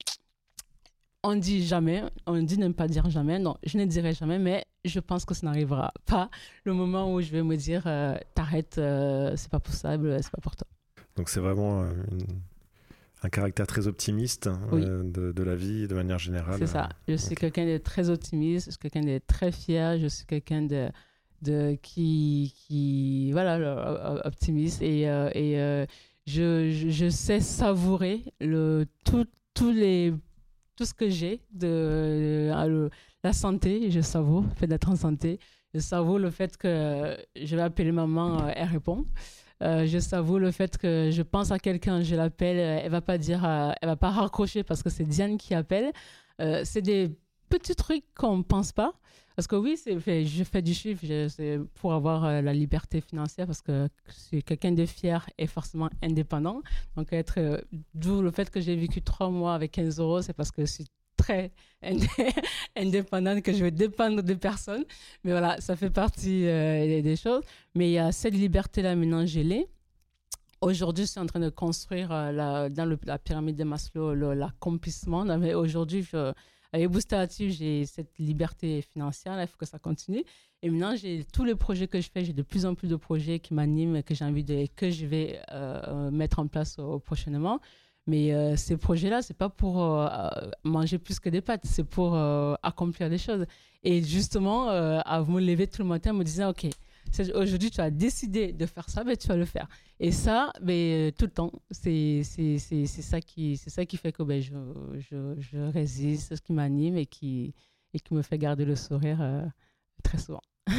Speaker 1: on dit jamais, on dit ne pas dire jamais. Non, je ne dirai jamais, mais je pense que ça n'arrivera pas le moment où je vais me dire euh, t'arrêtes, euh, c'est pas possible, c'est pas pour toi.
Speaker 2: Donc c'est vraiment une... un caractère très optimiste
Speaker 1: oui.
Speaker 2: euh, de, de la vie de manière générale.
Speaker 1: C'est ça. Je suis okay. quelqu'un de très optimiste, je suis quelqu'un de très fier, je suis quelqu'un de, de qui, qui, voilà, optimiste et, euh, et euh, je, je, je sais savourer le, tout, tous les, tout ce que j'ai, de, euh, la santé, je savoure le fait d'être en santé, je savoure le fait que je vais appeler maman, elle répond. Euh, je savoure le fait que je pense à quelqu'un, je l'appelle, elle va pas dire, euh, elle va pas raccrocher parce que c'est Diane qui appelle. Euh, c'est des petits trucs qu'on ne pense pas. Parce que oui, c'est, fait, je fais du chiffre je, c'est pour avoir euh, la liberté financière parce que je suis quelqu'un de fier et forcément indépendant. Donc, être, euh, d'où le fait que j'ai vécu trois mois avec quinze euros, c'est parce que je suis très indépendante, que je vais dépendre de personne. Mais voilà, ça fait partie euh, des choses. Mais il y a cette liberté-là maintenant, je l'ai. Aujourd'hui, je suis en train de construire euh, la, dans le, la pyramide de Maslow le, l'accomplissement. Mais aujourd'hui, je, avec Booster Active, j'ai cette liberté financière. Là, il faut que ça continue. Et maintenant, j'ai tous les projets que je fais. J'ai de plus en plus de projets qui m'animent, que j'ai envie de, que je vais euh, mettre en place euh, prochainement. Mais euh, ces projets-là, ce n'est pas pour euh, manger plus que des pâtes, c'est pour euh, accomplir des choses. Et justement, euh, à me lever tout le matin, me disant, OK, aujourd'hui, tu as décidé de faire ça, ben, tu vas le faire. Et ça, ben, tout le temps, c'est, c'est, c'est, c'est, ça, qui, c'est ça qui fait que ben, je, je, je résiste, c'est ce qui m'anime et qui, et qui me fait garder le sourire euh, très souvent.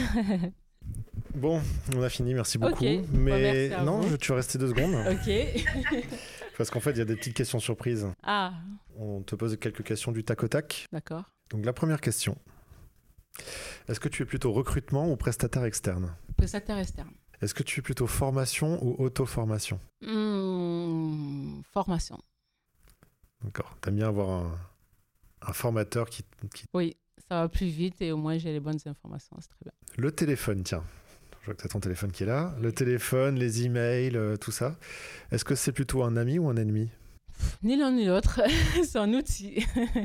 Speaker 2: Bon, on a fini, merci beaucoup.
Speaker 1: Okay.
Speaker 2: Mais
Speaker 1: bon,
Speaker 2: non, je, tu vas rester deux secondes.
Speaker 1: Ok.
Speaker 2: Parce qu'en fait, il y a des petites questions surprises.
Speaker 1: Ah.
Speaker 2: On te pose quelques questions du tac au tac.
Speaker 1: D'accord.
Speaker 2: Donc la première question. Est-ce que tu es plutôt recrutement ou prestataire externe ?
Speaker 1: Prestataire externe.
Speaker 2: Est-ce que tu es plutôt formation ou auto-formation ?
Speaker 1: mmh, Formation.
Speaker 2: D'accord. T'aimes bien avoir un, un formateur qui, qui...
Speaker 1: Oui, ça va plus vite et au moins j'ai les bonnes informations, c'est très bien.
Speaker 2: Le téléphone, tiens. Je vois que tu as ton téléphone qui est là. Le téléphone, les emails, euh, tout ça. Est-ce que c'est plutôt un ami ou un ennemi ?
Speaker 1: Ni l'un ni l'autre. C'est un outil.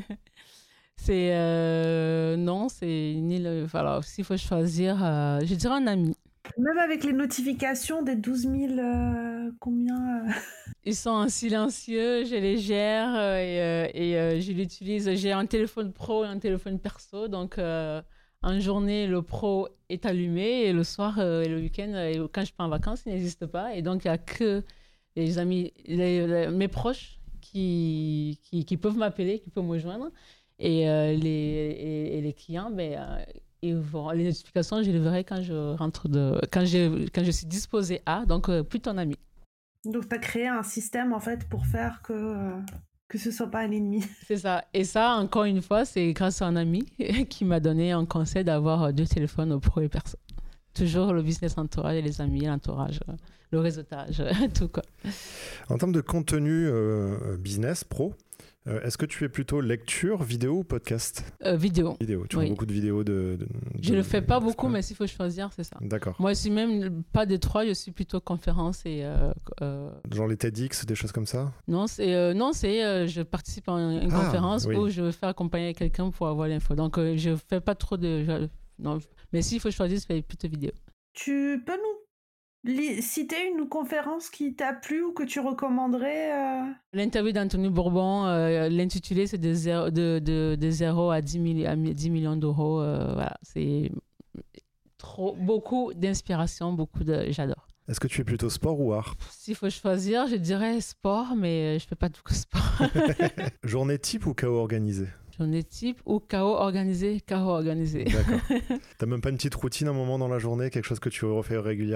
Speaker 1: c'est euh, non, c'est ni le. Voilà, s'il faut choisir, euh, je dirais un ami.
Speaker 3: Même avec les notifications des douze mille, euh, combien euh...
Speaker 1: Ils sont en silencieux, je les gère euh, et, euh, et euh, je l'utilise. J'ai un téléphone pro et un téléphone perso, donc. Euh, En journée, le pro est allumé et le soir euh, et le week-end, euh, quand je pars en vacances, il n'existe pas. Et donc, il n'y a que les amis, les, les, mes proches qui, qui, qui peuvent m'appeler, qui peuvent me joindre. Et, euh, les, et, et les clients, ben, euh, ils vont, les notifications, je les verrai quand je rentre de, quand je, quand je suis disposée à, donc euh, plus ton ami.
Speaker 3: Donc, tu as créé un système, en fait, pour faire que, euh, que ce ne soit pas un ennemi.
Speaker 1: C'est ça. Et ça, encore une fois, c'est grâce à un ami qui m'a donné un conseil d'avoir deux téléphones pour les personnes. Toujours le business entourage et les amis, l'entourage, le réseautage, tout quoi.
Speaker 2: En termes de contenu euh, business, pro, euh, est-ce que tu es plutôt lecture, vidéo ou podcast ?
Speaker 1: euh, Vidéo.
Speaker 2: Vidéo. Tu
Speaker 1: oui.
Speaker 2: vois beaucoup de vidéos de... de
Speaker 1: je ne le fais pas beaucoup, mais s'il faut choisir, c'est ça.
Speaker 2: D'accord.
Speaker 1: Moi, je suis même pas des trois, je suis plutôt conférence et... Euh, euh...
Speaker 2: Genre les TEDx, des choses comme ça ?
Speaker 1: Non, c'est, euh, non, c'est euh, je participe à une, une
Speaker 2: ah,
Speaker 1: conférence
Speaker 2: oui.
Speaker 1: où je veux faire accompagner quelqu'un pour avoir l'info. Donc, euh, je ne fais pas trop de... Je, non, mais s'il faut choisir, je fais plutôt vidéo.
Speaker 3: Tu peux nous li- citer une conférence qui t'a plu ou que tu recommanderais euh...
Speaker 1: L'interview d'Anthony Bourbon, euh, l'intitulé, c'est de zéro, de, de, de zéro à dix millions d'euros. Euh, voilà, c'est trop, beaucoup d'inspiration, beaucoup de... J'adore.
Speaker 2: Est-ce que tu es plutôt sport ou art ?
Speaker 1: S'il faut choisir, je dirais sport, mais je ne fais pas tout que sport.
Speaker 2: Journée type ou chaos organisé ?
Speaker 1: Journée type ou chaos organisé, chaos organisé.
Speaker 2: D'accord. T'as même pas une petite routine, un moment dans la journée, quelque chose que tu refais régulièrement ?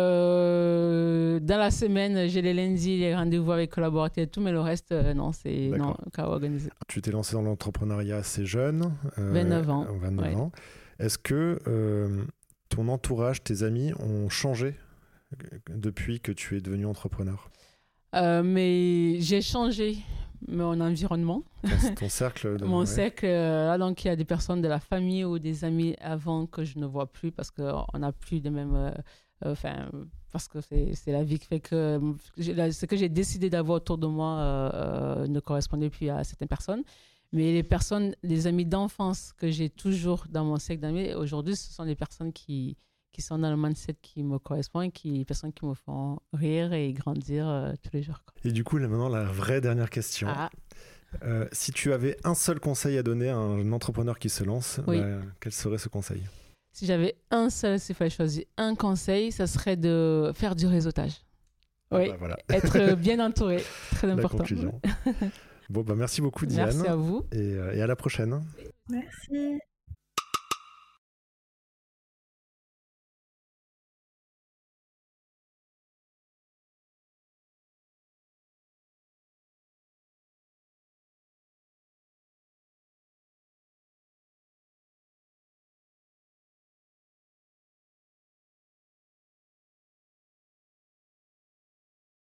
Speaker 1: euh, Dans la semaine, j'ai les lundis, les rendez-vous avec collaborateurs et tout, mais le reste, euh, non, c'est non, chaos organisé.
Speaker 2: Tu t'es lancé dans l'entrepreneuriat assez jeune.
Speaker 1: Euh, vingt-neuf ans.
Speaker 2: vingt-neuf
Speaker 1: ouais.
Speaker 2: ans. Est-ce que euh, ton entourage, tes amis ont changé depuis que tu es devenu entrepreneur ?
Speaker 1: euh, Mais j'ai changé mon environnement.
Speaker 2: Ton, ton cercle de...
Speaker 1: Mon
Speaker 2: ouais.
Speaker 1: cercle, là, donc il y a des personnes de la famille ou des amis avant que je ne vois plus parce qu'on n'a plus de même... Euh, enfin, parce que c'est, c'est la vie qui fait que ce que j'ai décidé d'avoir autour de moi euh, euh, ne correspondait plus à certaines personnes. Mais les personnes, les amis d'enfance que j'ai toujours dans mon cercle d'amis, aujourd'hui, ce sont des personnes qui... qui sont dans le mindset qui me correspond et qui, les personnes qui me font rire et grandir euh, tous les jours. Quoi.
Speaker 2: Et du coup, là maintenant, la vraie dernière question.
Speaker 1: Ah.
Speaker 2: Euh, si tu avais un seul conseil à donner à un entrepreneur qui se lance,
Speaker 1: oui.
Speaker 2: bah, quel serait ce conseil ?
Speaker 1: Si j'avais un seul, s'il fallait choisir un conseil, ça serait de faire du réseautage.
Speaker 2: Ah
Speaker 1: oui,
Speaker 2: bah voilà.
Speaker 1: Être bien entouré, très important.
Speaker 2: La conclusion. Bon, bah merci beaucoup Diane.
Speaker 1: Merci à vous.
Speaker 2: Et, euh, et à la prochaine.
Speaker 3: Merci.